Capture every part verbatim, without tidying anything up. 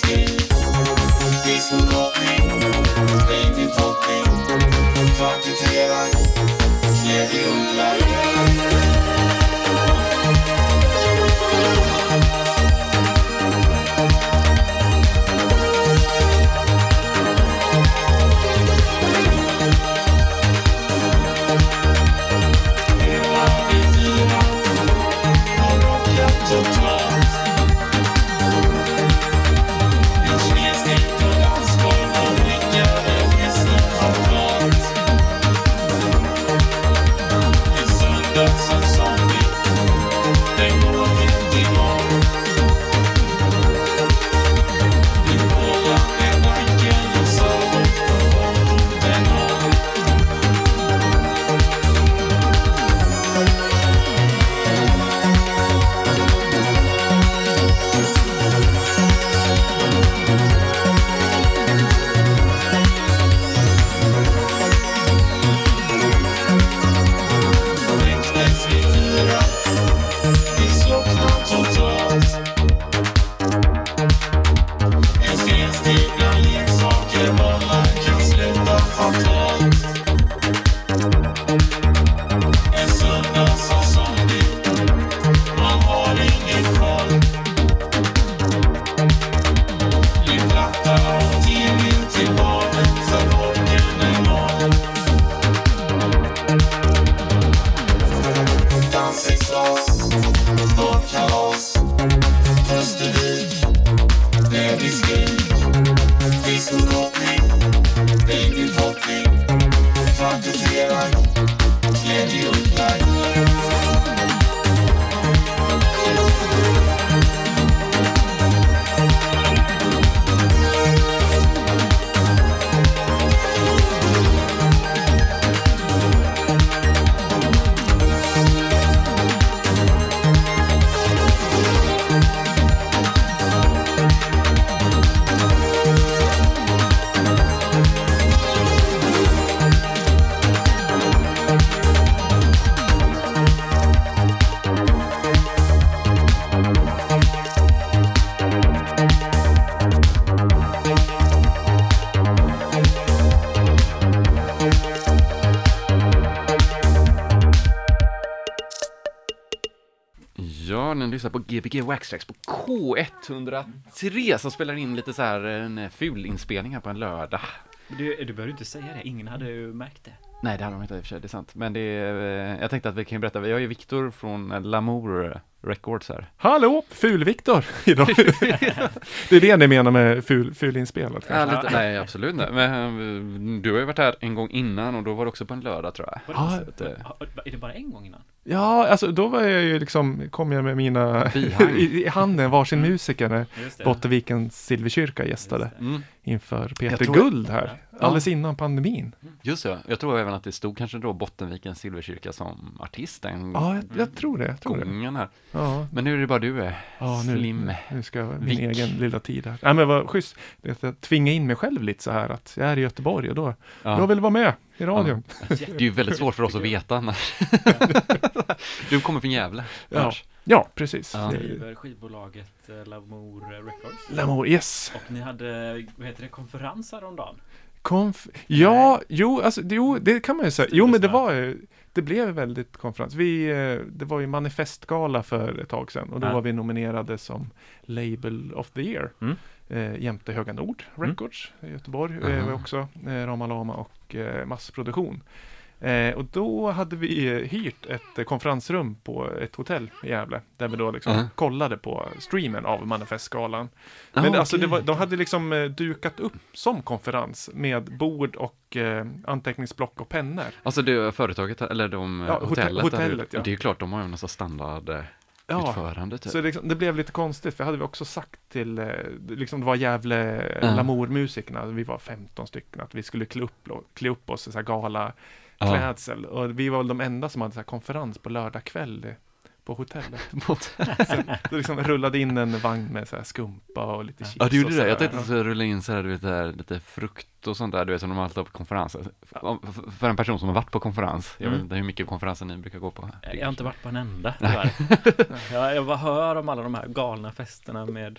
Ja, den lyssnar på G B G Waxtrax på K etthundratre som spelar in lite så här en ful inspelning här på en lördag. Du, du behöver inte säga det, ingen hade ju märkt det. Nej, det hade de inte i och för sig, det är sant. Men det är, jag tänkte att vi kan berätta, jag är Viktor från Lamour Records här. Hallå, ful-Viktor idag. Det är det ni menar med ful, fulinspelat ja, lite, nej, absolut inte. Men du har ju varit här en gång innan och då var det också på en lördag, tror jag. Ja, att, äh, är det bara en gång innan? Ja, alltså då var jag ju liksom, kom jag med mina i, i handen, varsin mm. musiker när Bottenvikens Silverkyrka gästade mm. inför Peter tror, Guld här, ja. alldeles innan pandemin. Just det, jag tror även att det stod kanske då Bottenvikens Silverkyrka som artist en Ja, jag, jag tror det. Jag tror gången här. Ja. Men nu är det bara du är ja, nu, slim. Nu ska jag min egen lilla tid här. Nej, men vad schysst. Jag tvingar in mig själv lite så här att jag är i Göteborg och då ja. jag vill vara med i radion. Ja. Det är ju väldigt svårt för oss att veta. Du kommer från Gävle. Ja. Ja, precis. Ja. Driver skivbolaget Lamour Records. Lamour, yes. Och ni hade, vad heter det, konferenser om dagen? Konf- ja, jo, alltså, jo, det kan man ju säga. Jo, men det var det blev väldigt konferens. Vi, det var ju manifestgala för ett tag sedan och då ja. var vi nominerade som Label of the Year. Mm. Eh, jämte Höga Nord Records mm. i Göteborg. Mm. Eh, var också eh, Rama Lama och eh, massproduktion. Eh, och då hade vi eh, hyrt ett eh, konferensrum på ett hotell i Gävle där vi då liksom uh-huh. kollade på streamen av manifestskalan. Men oh, alltså okay. det var, de hade liksom eh, dukat upp som konferens med bord och eh, anteckningsblock och pennor. Alltså det företaget eller de ja, hotellet, hotellet ja. Det är ju klart, de har ju en sån standard eh, ja, utförande typ. Så det, liksom, det blev lite konstigt, för hade vi också sagt till, eh, liksom det var Gävle uh-huh. Lamour-musikerna, vi var femton stycken, att vi skulle klä upp, klä upp oss i så här gala klädsel. Ja. Och vi var väl de enda som hade så här konferens på lördag kväll på hotellet. Så då liksom rullade in en vagn med så här skumpa och lite chips. Ja, du gjorde det. Jag tänkte att du rulla in så här, du vet, där, lite frukt och sånt där, du vet, som de alltid har på konferenser. Ja. För en person som har varit på konferens. Jag mm. vet inte hur mycket konferenser ni brukar gå på. Jag har inte varit på en enda, tyvärr. jag, jag bara hör om alla de här galna festerna med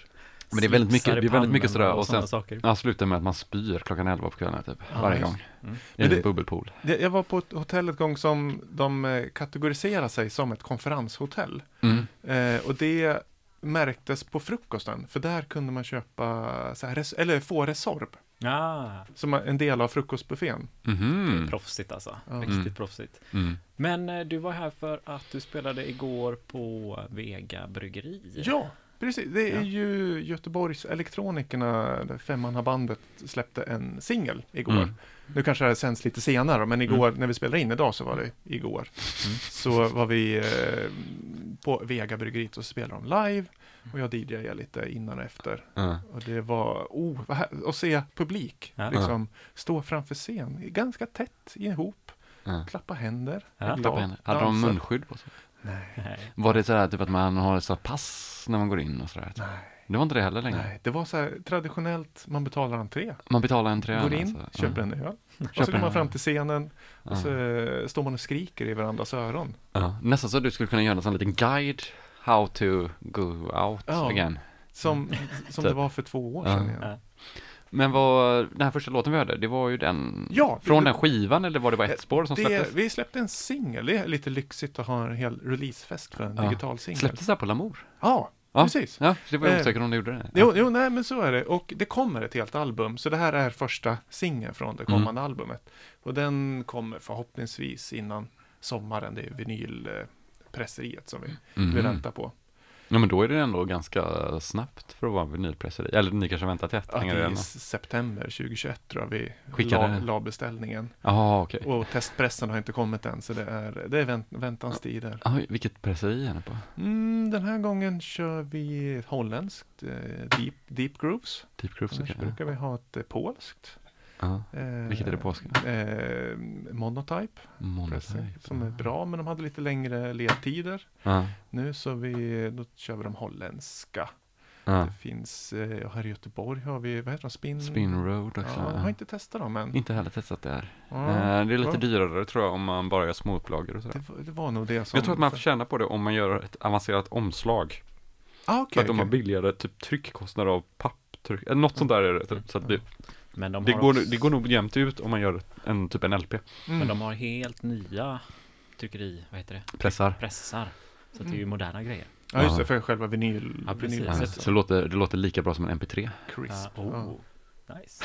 Men det är väldigt mycket, slipsar i det är väldigt mycket pannan sådär och sådana sen saker. ja, slutar med att man spyr klockan elva på kvällen typ, Ja, varje just. gång. Mm. Det är Men en det- bubbelpool. Det, jag var på ett hotell ett gång som de eh, kategoriserar sig som ett konferenshotell. Mm. Eh, och det märktes på frukosten, för där kunde man köpa, så här, res- eller få Resorb, Ah, som en del av frukostbuffén. Mhm. proffsigt alltså. Ja. Riktigt Mm. proffsigt. Mm. Men eh, du var här för att du spelade igår på Vega Bryggeri. Ja, precis. Det är Ja. ju Göteborgs Elektronikerna, det femmannabandet, släppte en singel igår. Mm. Nu kanske det sänds lite senare, men igår, när vi spelade in idag så var det igår. Mm. Så var vi eh, på Vega Bryggeriet och spelade de live. Och jag D Jade lite innan och efter. Ja. Och det var, oh, vad här, att se publik, Ja. liksom, stå framför scen, ganska tätt ihop, Ja. klappa händer. Ja. glad, Klappa henne. Hade de dansa. munskydd på sig? Nej, Nej. Var det sådär typ att man har ett sådär pass när man går in och sådär? nej, Det var inte det heller längre. nej. Det var så här traditionellt, man betalar entré. Man betalar en trä. Går in, alltså. köper Ja. en öl. Och så Köper går man en fram öl. till scenen Ja. och så eh, står man och skriker i varandras öron. Ja. Nästan så att du skulle kunna göra en sån liten guide how to go out Ja. again. Som, som det var för två år Ja. sedan. Ja. Ja. Men vad, den här första låten vi hörde, det var ju den Ja, från det- den skivan eller var det bara ett spår som Det, släpptes? vi släppte en singel. Det är lite lyxigt att ha en hel releasefest för en Ja. digital singel. Släpptes det här på Lamour? Ja, Ja. precis. Ja, det var jag Eh, osäker om de gjorde det. Jo, jo, nej men så är det. Och det kommer ett helt album. Så det här är första singeln från det kommande Mm. albumet. Och den kommer förhoppningsvis innan sommaren. Det är vinylpresseriet som vi, Mhm. vi väntar på. Ja, men då är det ändå ganska snabbt för att vara vinylpresseri. Eller ni kanske väntar till ett? Att hänger det i redan? september tjugohundratjugoett tror jag vi Skickade la, det? la beställningen. Jaha, okej. Och testpressen har inte kommit än. Så det är, det är vänt, väntans tider. Oj, vilket presseri är ni på? Mm, den här gången kör vi ett holländskt, eh, deep, deep Grooves. Deep Grooves, Annars okej. brukar vi ha ett eh, polskt. Ja. Eh, Vilket är det polska? Eh, Monotype. Monotype. Pressing, som är bra, men de hade lite längre ledtider. Ja. Nu så vi, då kör vi de holländska. Ja. Det finns, eh, här i Göteborg har vi, vad heter de? Spin, Spin Road också. Ja, jag har Ja. inte testat dem än. Inte heller testat det här. Ja, Eh, det är lite ja. dyrare tror jag om man bara gör små upplagor och sådär. det, var- det var nog det som... Jag tror att man får tjäna på det om man gör ett avancerat omslag. Ah, För okej, att de har okej. billigare typ tryckkostnader av papptryck. Eller något sånt där är det. Typ. Så att det, Men de det, har går, också, det går nog jämnt ut om man gör en typ en L P. Mm. men de har helt nya tryckeri, vad heter det? Pressar. Pressar. Så att det är ju moderna grejer. Ja, just Ja. det, för själva vinyl. Ja, precis. vinyl Ja, så- så det låter, det låter lika bra som en M P tre. crisp. Ja, oh, Ja. nice.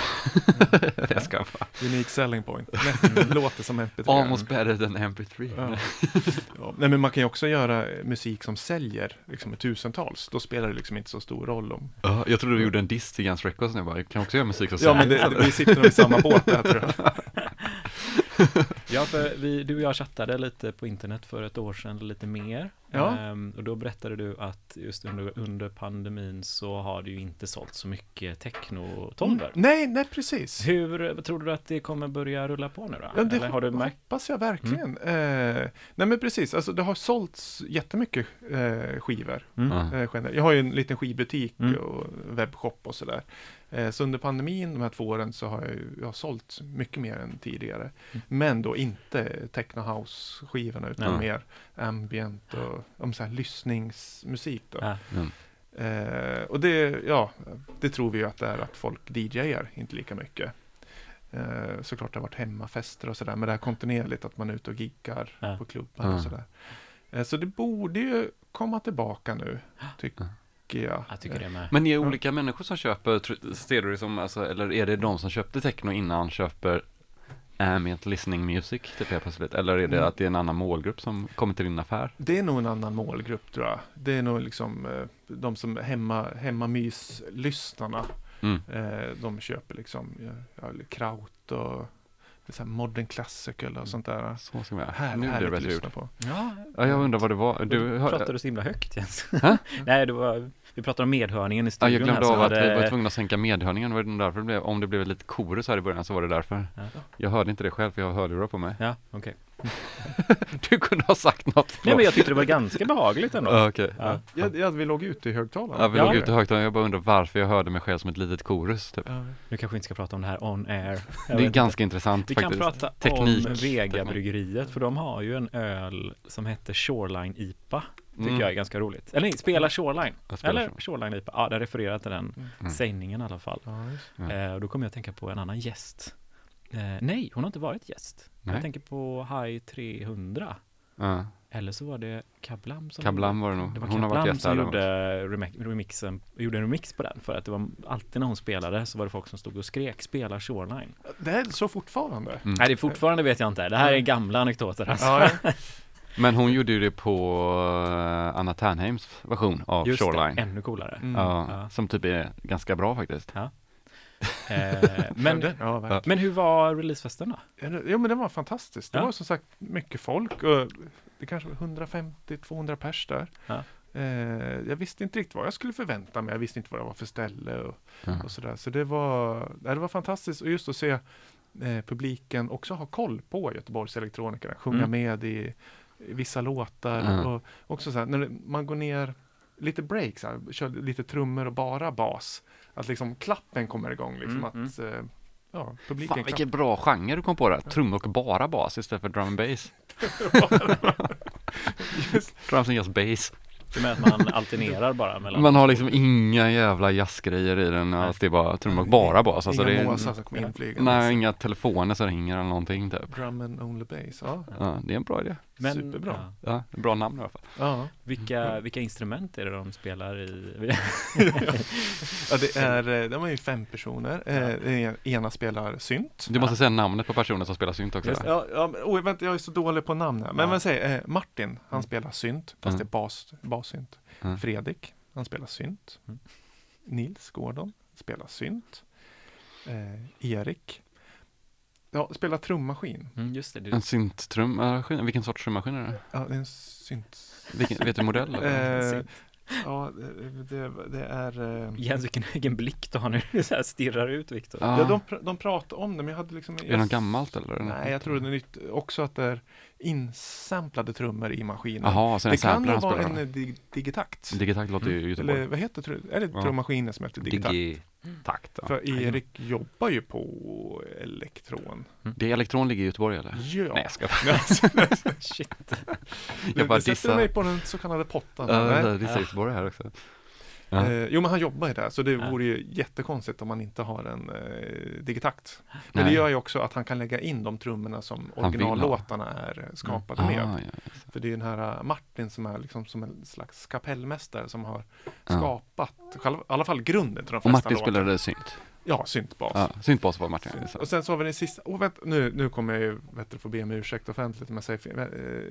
Jag ska bara. Unique selling point. Nästan låter som M P tre. Almost better than M P tre. Ja. Ja. Nej, men man kan ju också göra eh, musik som säljer liksom i tusentals. Då spelar det liksom inte så stor roll om... Ja, jag trodde du gjorde en diss till Guns Records när jag bara, jag kan också göra musik som Ja, men säljer. det, vi sitter nog i samma båt där tror jag. Ja, för vi, du och jag chattade lite på internet för ett år sedan, lite mer. Ja. Ehm, och då berättade du att just under, under pandemin så har det ju inte sålt så mycket techno-tomber. Nej, nej precis. Hur tror du att det kommer börja rulla på nu då? Ja, det Eller har du märkt? hoppas jag verkligen. Eh, nej men precis, alltså det har sålts jättemycket eh, skivor. Mm. Ja. Eh, generellt. Jag har ju en liten skivbutik Mm. och webbshop och sådär. Eh, så under pandemin, de här två åren, så har jag, ju, jag har sålt mycket mer än tidigare. Mm. Men då inte techno house skivorna utan Ja. mer ambient och om så här lyssningsmusik då. Ja. Mm. Eh, och det, ja, det tror vi ju att det är att folk D Jar inte lika mycket. Eh, såklart det har varit hemmafester och sådär, men det är kontinuerligt att man är ute och giggar Ja. på klubbar Ja. och sådär. Eh, så det borde ju komma tillbaka nu, tycker jag. Jag tycker det med. Men är det olika människor som köper, tr- ser du det som, alltså, eller är det de som köpte techno innan köper ambient listening music typ helt plötsligt? Eller är det Mm. att det är en annan målgrupp som kommer till din affär? Det är nog en annan målgrupp tror jag. Det är nog liksom eh, de som hemma, hemmamys-lyssnarna. Mm. Eh, de köper liksom ja, ja, kraut och det är så här modern classical och sånt där. Så ska vi göra. Här, Nu blir det härligt att bättre lyssna ljud. på. Ja, Ja, jag undrar vad det var. Du, du hör, pratade du så himla högt Jens. Hä? Nej, det var, vi pratade om medhörningen i ja, studion. jag glömde här, så av att vi hade- var tvungna att sänka medhörningen. Var det därför det blev, om det blev lite korus här i början så var det därför. Ja. Jag hörde inte det själv för jag har hörlurar på mig. Ja, okej. Du kunde ha sagt något. Nej, men jag tyckte det var ganska behagligt ändå. Ja, okej. Ja. Ja, ja, vi låg ute i högtalarna. Ja, vi Ja. låg ute i högtalaren. Jag bara undrar varför jag hörde mig själv som ett litet korus. Typ. Ja. Nu kanske vi inte ska prata om det här on air. Jag Det är vet ganska intressant inte. Vi faktiskt. kan prata Teknik. om Vega-bryggeriet, för de har ju en öl som heter Shoreline I P A. tycker Mm. jag är ganska roligt. Eller nej, spela Shoreline. Jag spelar Eller Shoreline I P A. Ja, det refererar till den Mm. sägningen i alla fall. Ja, just. Ja. Eh, och då kommer jag att tänka på en annan gäst. Eh, nej, hon har inte varit gäst. Nej. Jag tänker på High trehundra. Ja. Eller så var det Kablam som Kablam gjorde, var det nog. det var Hon har varit Kablam gäst som där. gjorde remix, remixen, gjorde en remix på den. För att det var alltid när hon spelade så var det folk som stod och skrek spela Shoreline. Det är så fortfarande. Mm. Nej, det är fortfarande vet jag inte. Det här är gamla anekdoter alltså. Ja, Men hon gjorde ju det på uh, Anna Ternheims version av Just Shoreline. det, ännu coolare. Mm. Ja, Ja. som typ är ganska bra faktiskt. Ja. Eh, men, det, ja, verkligen. men hur var releasefesten då? Jo, men det var fantastiskt. Det Ja. var som sagt mycket folk och det kanske var hundrafemtio till tvåhundra pers där. Ja. Eh, jag visste inte riktigt vad jag skulle förvänta mig. Jag visste inte vad det var för ställe och, Ja. och sådär. Så det var, ja, det var fantastiskt. Och just att se eh, publiken också ha koll på Göteborgs elektronikerna. Sjunga Mm. med i, i vissa låtar. Ja. Och också så här, när det- man går ner lite breaks, så här, kör lite trummor och bara bas. Att liksom klappen kommer igång. Liksom, Mm, att eh, ja, publiken Fan klappar. vilken bra genre du kom på där. Trummor och bara bas istället för drum and bass. Drums and just bass. Det med att man alternerar bara mellan... Man har liksom inga jävla jazzgrejer i den. Alltså det är bara trummor och bara bas. Alltså Inga det är, måsar som kommer inflygande. nej, inga telefoner som ringer eller någonting typ. Drum and only bass, ja. Ja, det är en bra idé. Men, Superbra. ja. Ja, en bra namn i alla fall. Ja. Vilka, vilka instrument är det de spelar i? Ja, det är, eh, de är ju fem personer. Eh, den ena spelar synt. Du måste säga namnet på personen som spelar synt också. Just där. Ja, ja men, oj, vänta, jag är så dålig på namn här. Men Ja. man säger, eh, Martin, han Mm. spelar synt, fast Mm. det är bas, bassynt. Mm. Fredrik, han spelar synt. Mm. Nils Gordon spelar synt. Eh, Erik, ja, spelar trummaskin. Mm, just det. det En synttrummaskin. Vilken sorts trummaskin är det? Ja, det är en synt. Vilken, vet du modell? eller? Eh, Synt. ja, det, det, det är... Eh, Jens, vilken egen blick du har nu. Du så här stirrar ut, Viktor. Ja. Ja, de, pr- de pratar om det, men jag hade liksom... Är det något gammalt eller? Nej, jag tror det är nytt. Också att det är insamplade trummor i maskinen. Jaha, så det en kan sampler ju han vara spelar. en dig- digitakt. Digitakt låter ju Eller Göteborg. vad heter det? Är det Ja. trummaskinen som heter digitakt? Digitakt. Ja. För Erik jobbar ju på elektron. Det elektron ligger i Göteborg eller? Ja. Nej, jag ska Shit. Jag bara du sätter dissar. mig på den så kallade pottan. Ja, Nej. det dissar Göteborg här också. Ja. Eh, jo, men han jobbar ju där, så det Ja. vore ju jättekonstigt om man inte har en eh, digitakt. Men Nej. det gör ju också att han kan lägga in de trummorna som Han vill ha. originallåtarna är eh, skapade Ah, med. ja, För det är ju den här uh, Martin som är liksom som en slags kapellmästare som har Ja. skapat, själv, i alla fall grunden till de Och flesta Martin låtarna. spelade synt. Ja, syntbas. Ja, syntbas var Martin. Synt. Och sen så har vi den sista, oh, vänta, nu, nu kommer jag ju vet du, få be om ursäkt offentligt om jag säger fel.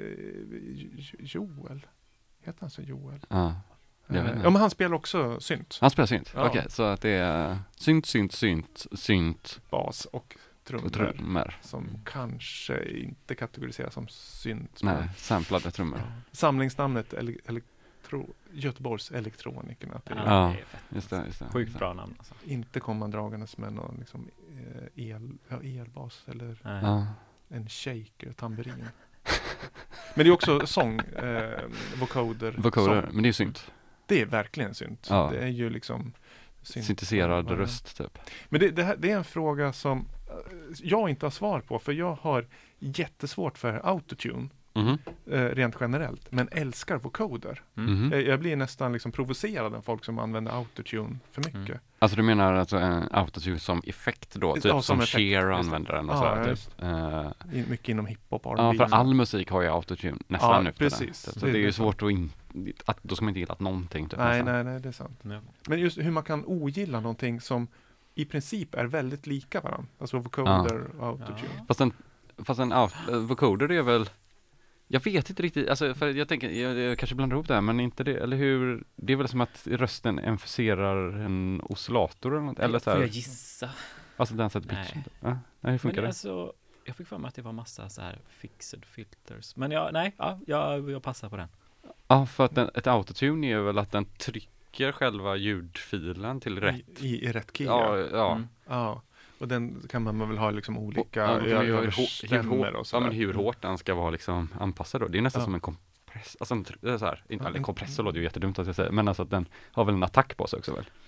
Eh, Joel? Heter han så Joel? Ja, jag vet Eh, inte. ja, men han spelar också synt, Han spelar synt? Ja. Okej, så att det är synt, synt, synt, synt bas och trummor. och trummor. Som kanske inte kategoriseras som synt. Nej, men- samplade trummor. Samlingsnamnet ele- elektro, Göteborgs elektronikerna. Att det är Ja. det är fett. Just det, just det. Sjukt bra namn alltså. inte komma dragandes med någon liksom, eh, el, ja, elbas eller Nej. Ja. en shaker, tamburin. Men det är också sång, eh, vocoder. Vocoder, sång. men det är ju synt. Det är verkligen synt. Ja. Det är ju liksom synt. Syntiserad Ja. röst typ. Men det, det, här, det är en fråga som eh, jag inte har svar på, för jag har jättesvårt för autotune. Mhm. Eh, rent generellt, men älskar vocoder. Mm. Mhm. Jag, jag blir nästan liksom provocerad av folk som använder autotune för mycket. Mm. Alltså du menar alltså en autotune som effekt då? Typ Ja, som som effekt, Cher just det. använder den och Ja, sådär, ja, typ. just Eh, In, mycket inom hiphop, R Ja, and B. för all musik har ju autotune nästan Ja, nu för tiden. precis. Så, så Det det, är är ju det. svårt att, in, att då ska man inte gilla någonting typ, Nej, nästan. nej, nej, det är sant. Ja. Men just hur man kan ogilla någonting som i princip är väldigt lika varandra. Alltså vocoder och autotune. Ja. Fast en, fast en out, uh, vocoder är väl, jag vet inte riktigt, alltså för jag tänker, jag, jag kanske blandar ihop det här, men inte det, eller hur, det är väl som att rösten emfyserar en oscillator eller något, eller så Får jag här, gissa? alltså den sätter Nej. pitchen. Ja, nej, hur funkar Men det? alltså, jag fick för mig att det var massa så här fixed filters. Men jag, nej, ja, jag, jag passar på den. Ja, för att den, ett autotune är väl att den trycker själva ljudfilen till rätt. I, i, I rätt key. Ja, Ja. ja. Mm. ja. Och den kan man väl ha liksom olika Ja, hur, hur, hur, överstämmor hår- och ja, sådär. men hur hårt den ska vara liksom anpassad då. Det är nästan Ja. som en kompress, alltså en, tr- det är så här, inte, Ja, eller en- kompressor låter ju jättedumt att jag säger, men alltså att den har väl en attack på sig också väl?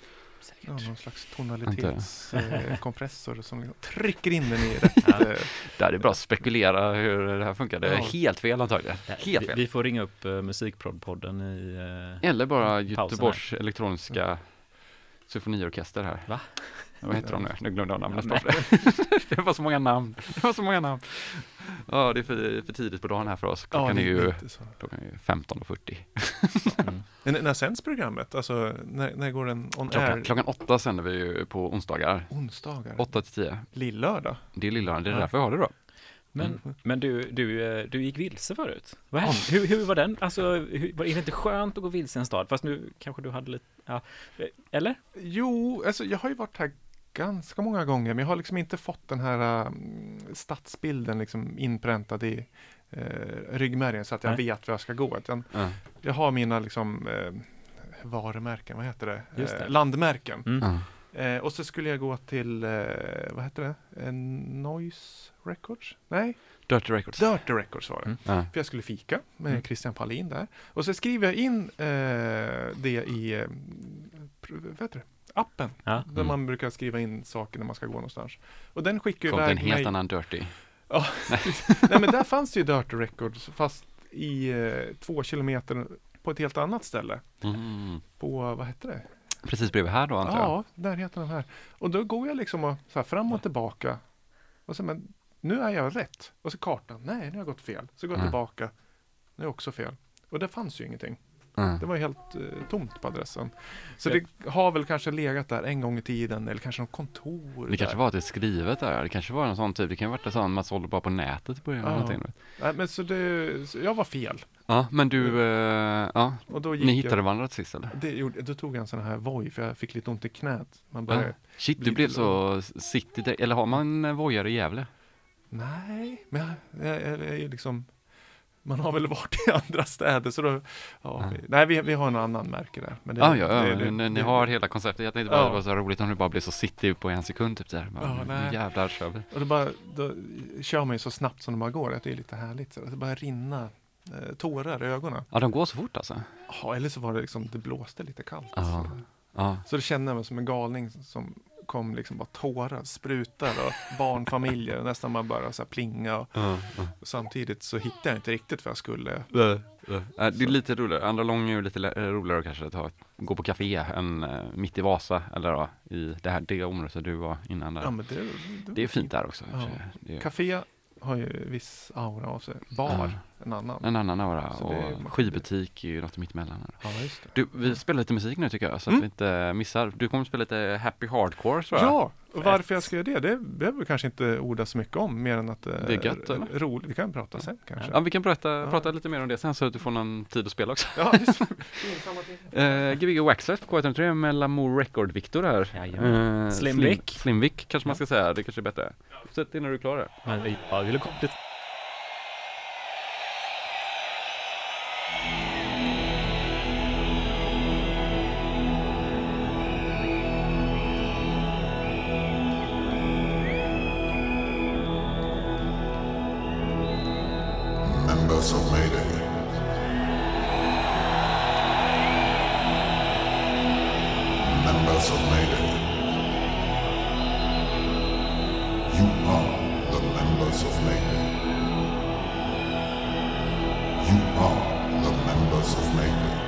Ja, någon slags tonalitetskompressor eh, som liksom trycker in den i rätt... Ja. eh, Där är det bra att spekulera hur det här funkar. Det är Ja. helt fel antagligen. Ja, Helt vi, fel. vi får ringa upp uh, musikprodpodden i... Uh, Eller bara pausen Göteborgs elektroniska symfoniorkester här. Va? Vad heter de nu? Nu glömde jag namnet. Ja, bara för det. Det var så många namn. Det var så många namn. Ja, det är för, för tidigt på dagen här för oss. Klockan ja, är det ju lite så. klockan är ju femton och fyrtio. Mm. Men när sänds programmet? Alltså, när, när går den on Klockan, air? klockan åtta sänder vi ju på onsdagar. Onsdagar? Åtta till tio. Lillördag? Det är lilla, det är Ja. därför jag har det då. Men, Mm. men du, du, eh, du gick vilse förut. Vad hände? Hur, hur var den? Alltså, hur, var det inte skönt att gå vilse i en stad? Fast nu kanske du hade lite... Ja. Eller? Jo, alltså jag har ju varit här ganska många gånger, men jag har liksom inte fått den här um, stadsbilden liksom inpräntad i uh, ryggmärgen så att jag Nej. vet var jag ska gå. Utan Ja. jag har mina liksom uh, varumärken, vad heter det? Just det. Eh, landmärken. Mm. Ja. Eh, och så skulle jag gå till, eh, vad heter det? En Noise Records? Nej, Dirty Records. Dirty Records var det. Mm. Ja. För jag skulle fika med Mm. Christian Pahlin där. Och så skriver jag in eh, det i eh, pr- vad heter det? Appen. Ja. Där Mm. man brukar skriva in saker när man ska gå någonstans. Och den skickar Kom till iväg en helt mig. annan Dirty. Nej men där fanns det ju Dirty Records fast i eh, två kilometer på ett helt annat ställe. Mm. På, vad heter det? Precis bredvid här då antar jag. Ja, där heter den här. Och då går jag liksom och, så här, fram och tillbaka. Och så, men nu är jag rätt. Och så kartan, nej nu har jag gått fel. Så går jag Mm. tillbaka, nu är jag också fel. Och det fanns ju ingenting. Mm. Det var helt eh, tomt på adressen. Så Ja. det har väl kanske legat där en gång i tiden, eller kanske något kontor. Det kanske där. var att det är skrivet där. Det kanske var en sån typ. Det kan ha varit en sån man sålde bara på nätet i början. Ja. eller någonting. Nej, men så, det, så jag var fel. Ja, men du, eh, ja, Och då gick ni hittade jag, varandra till sist eller? det gjorde, då tog jag en sån här Voi, för jag fick lite ont i knät. Man Ja. började, Shit, blir du blev till- så city direkt. Eller har man eh, vojar i Gävle? nej, men jag, jag, jag är ju liksom, man har väl varit i andra städer så då, ja, Ja. vi, nej vi, vi har en annan märke där. Men det, Ja, ja, ja. det- det- ni, ni det- har hela konceptet. Jag tänkte bara Ja. det var så roligt om det bara blev så city på en sekund typ där. Bara, Ja, nu nej. jävlar kör vi. Och då, bara, då kör man ju så snabbt som det bara går, att det är lite härligt. Så det bara rinna eh, tårar i ögonen. Ja, de går så fort alltså. Ja, eller så var det liksom, det blåste lite kallt. Ja. Så, Ja. så det kände jag mig som en galning som kom liksom bara tårar, sprutar och barnfamiljer. Nästan man bara så här plinga. Och, Ja, ja. och samtidigt så hittade jag inte riktigt vad jag skulle. Nej, nej. Äh, det är lite roligare. Andra lång är ju lite lä- roligare kanske att ha, gå på café än uh, mitt i Vasa eller då, i det här det området där du var innan där. Ja, men det, Det är fint där också. i och för Ja. sig. Det är Café har ju viss aura av sig. Bar, Ja. en annan. en annan aura Så det är- och skivbutik är ju något mittemellan. här. Ja, just det. Du, vi spelar lite musik nu tycker jag så att Mm. vi inte missar. Du kommer att spela lite happy hardcore tror jag. Ja, och varför jag ska göra det, det behöver vi kanske inte orda så mycket om, mer än att Det är gött, eller? roligt. Vi kan prata sen kanske. Ja, vi kan berätta, Ja. prata lite mer om det sen så att du får någon tid att spela också. Ja, det är så- pinsamma ting. Uh, Gbg Waxlight K etthundratre med Lamour Record Victor här. Jajamän. Eh, Slimvik. Slim, Slimvik kanske man ska säga, det kanske är bättre. Sätt in när du är klar här. Men vi ja, vi ville komma lite. Members of Mayday. Members of Mayday. You are the members of Mayday. You are the members of Mayday.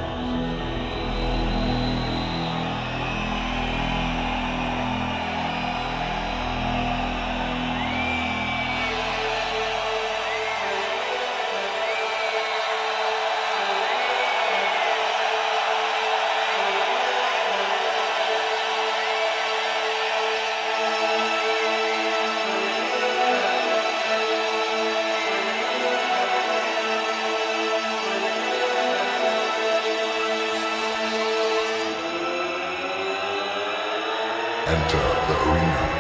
Enter the arena.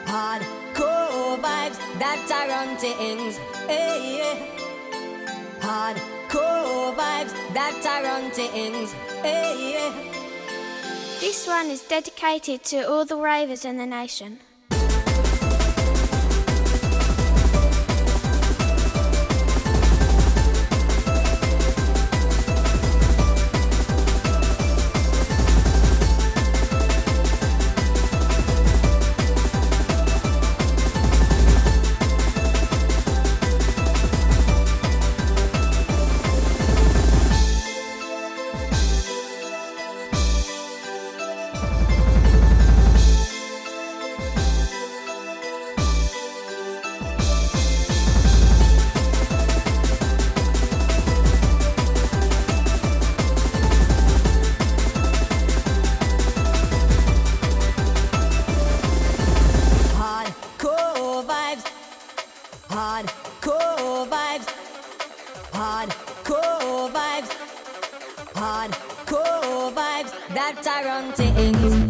Hardcore vibes that are on things. Hey, yeah. Hardcore vibes that are on things. Hey, yeah. This one is dedicated to all the ravers in the nation. Hardcore vibes, hardcore vibes, hardcore vibes that are on things.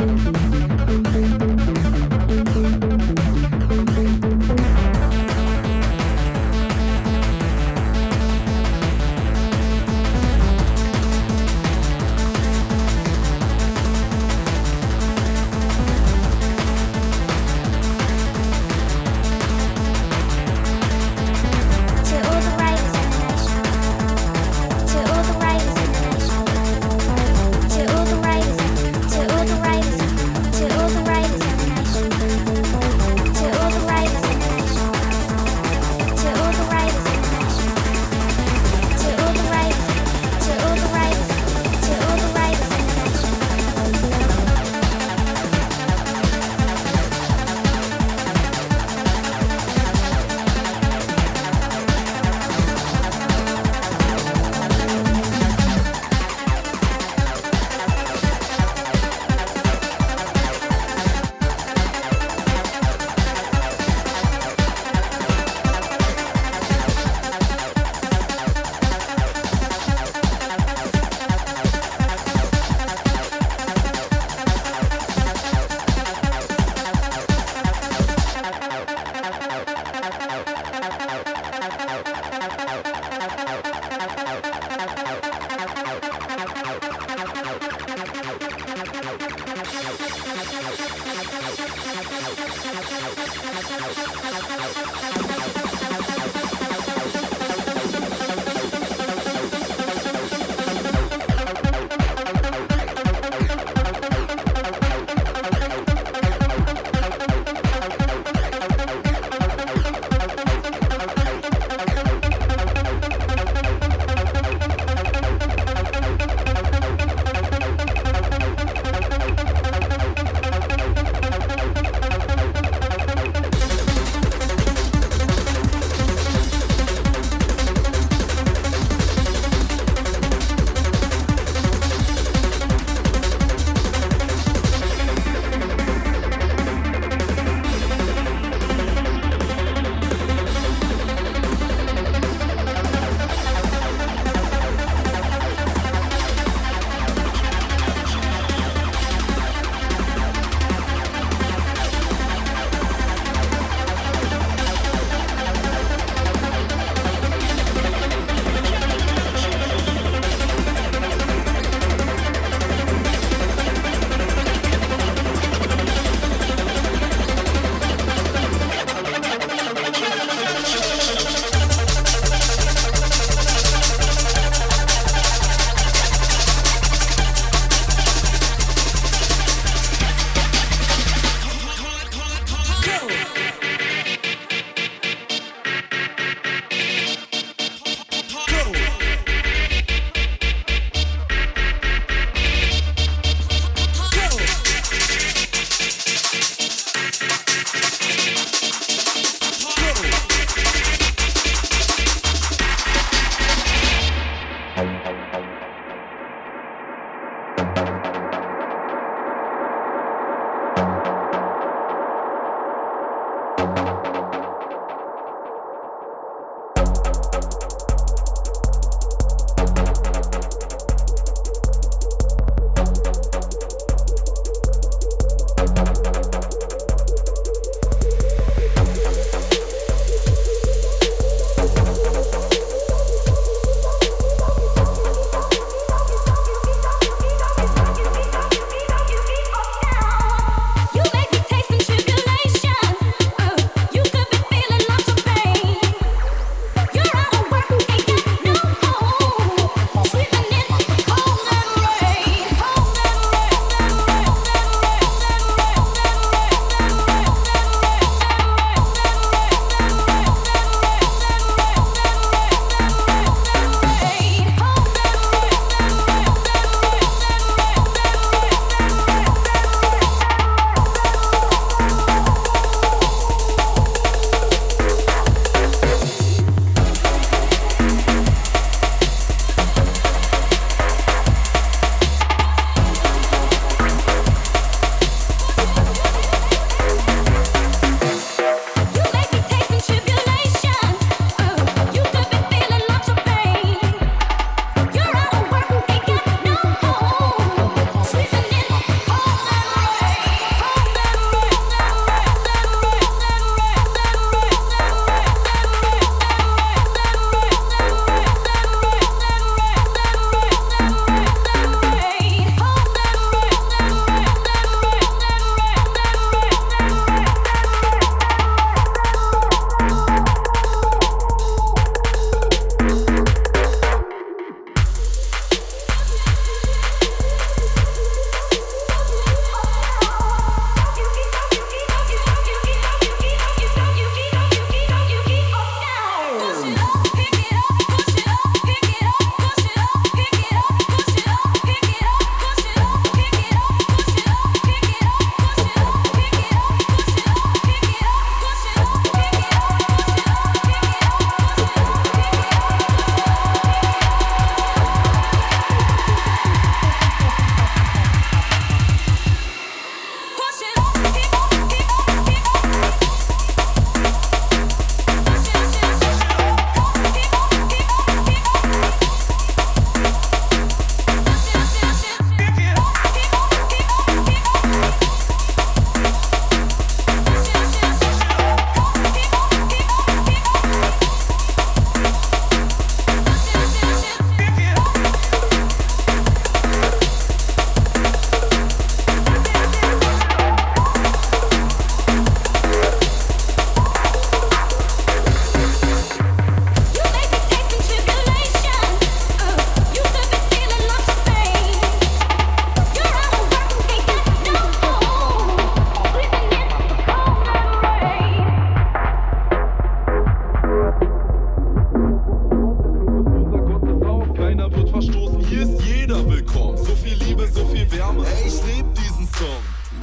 zum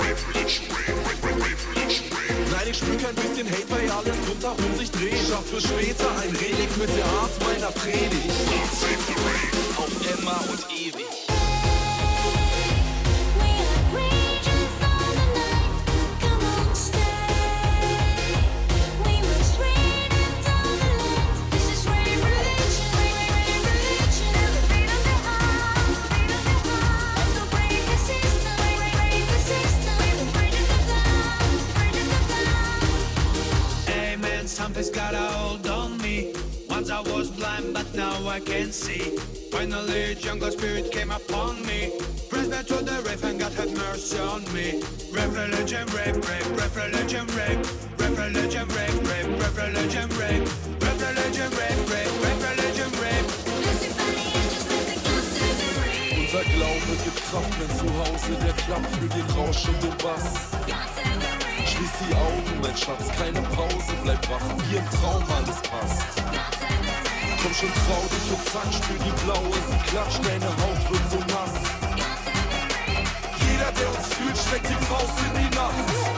Nein, ich spür kein bisschen Hate, weil alles rundherum sich dreht. Schaff für später ein Relikt mit der Art meiner Predigt. Auf immer und ewig. Something's got a hold on me. Once I was blind, but now I can see. Finally, a jungle spirit came upon me. Pressed back to the rave and God had mercy on me. Rap religion, rape, rape, rap religion, rape. Rap religion, rape, rape, rap religion, rape. Rap religion, rape, rape, rap religion, rape. Unser Glaube gibt Kraft, wenn zu Hause der Klapp für den Rausch und den Bass. Schließ die Augen, mein Schatz, keine Pause, bleib wach, wie im Traum alles passt. Komm schon, trau dich und zack, spür die blaue, sie klatscht, deine Haut wird so nass. Jeder, der uns fühlt, steckt die Faust in die Nacht.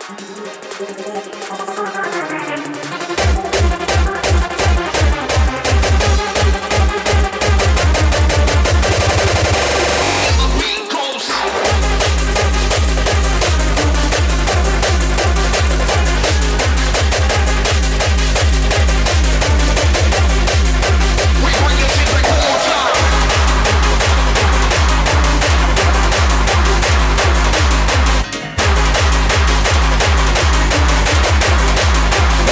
We're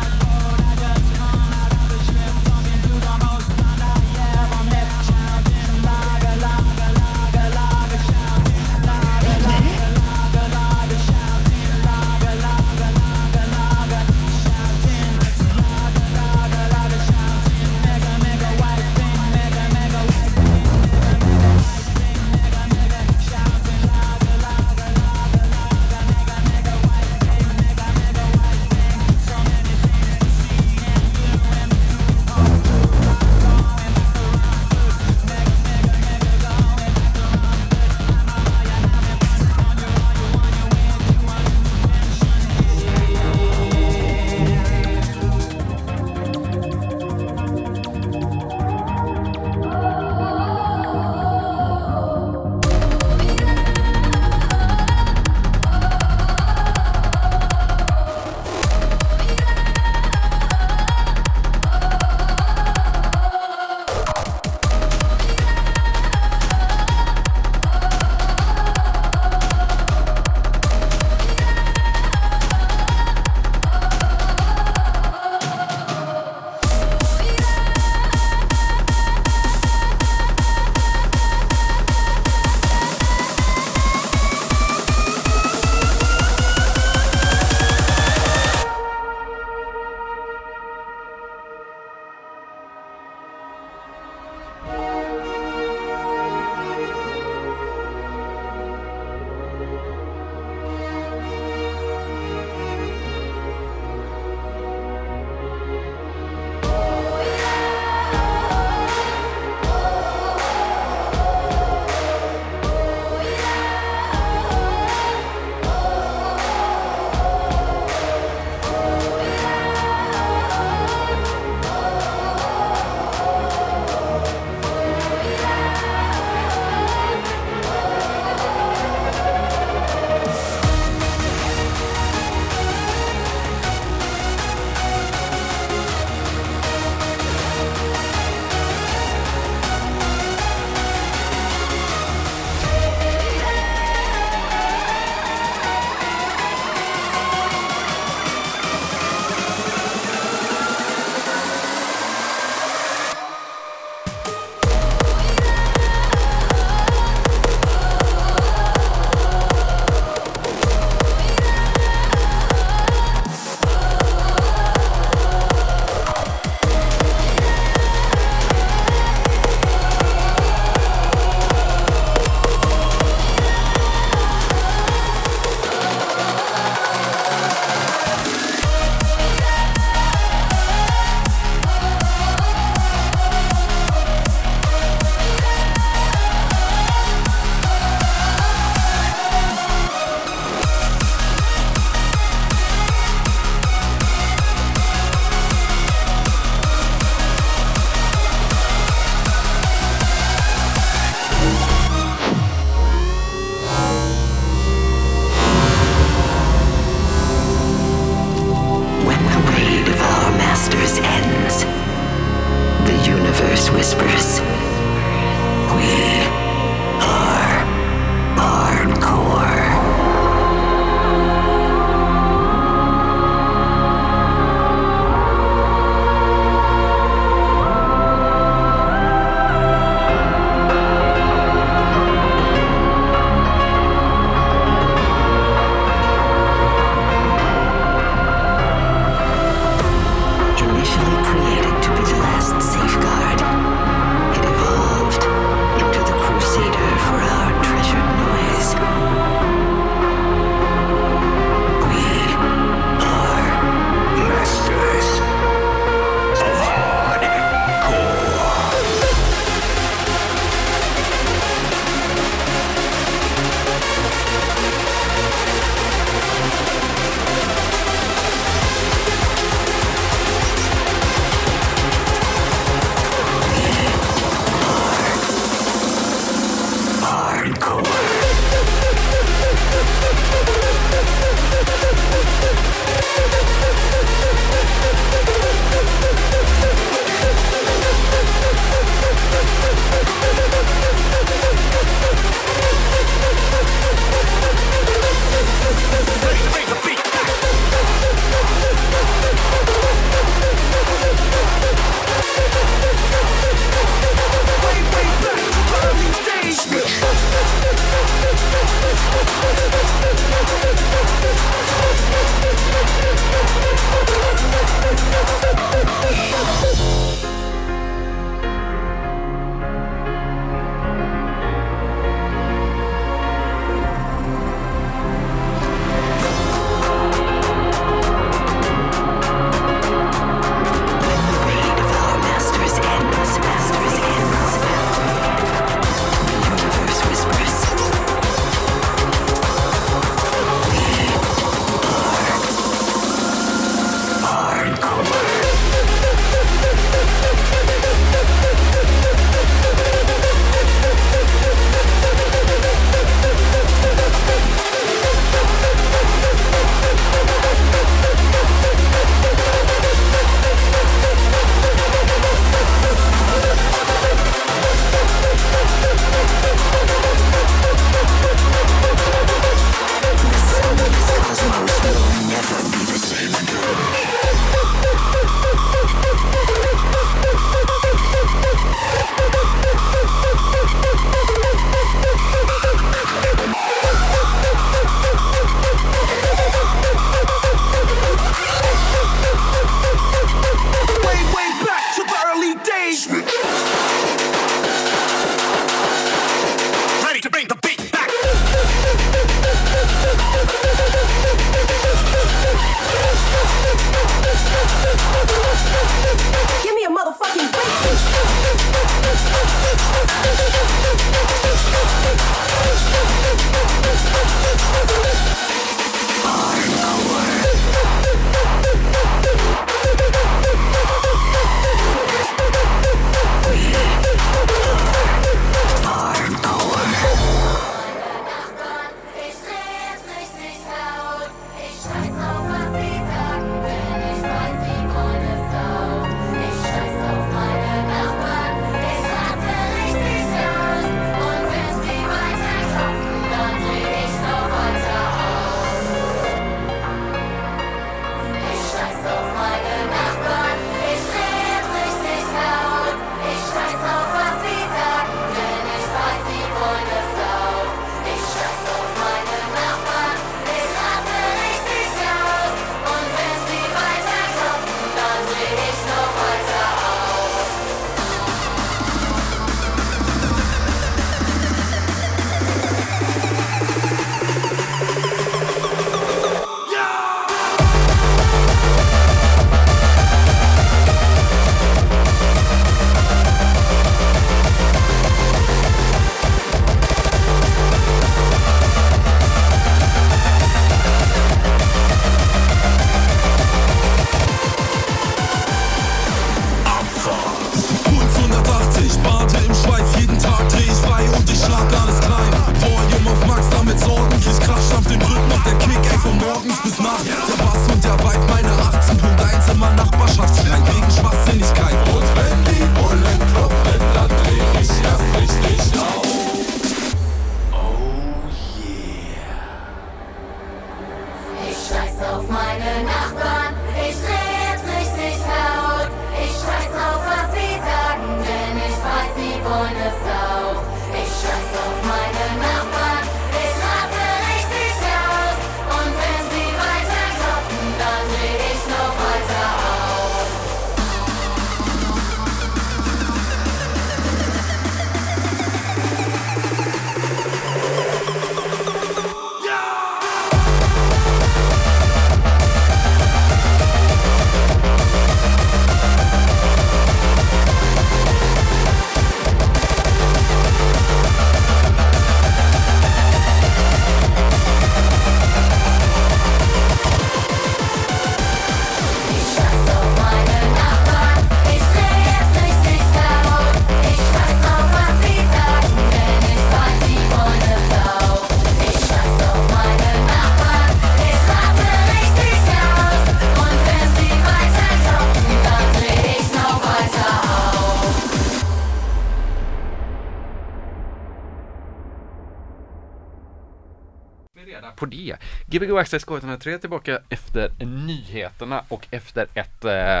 På det. G B G Access K ett noll tre tillbaka efter nyheterna och efter ett äh,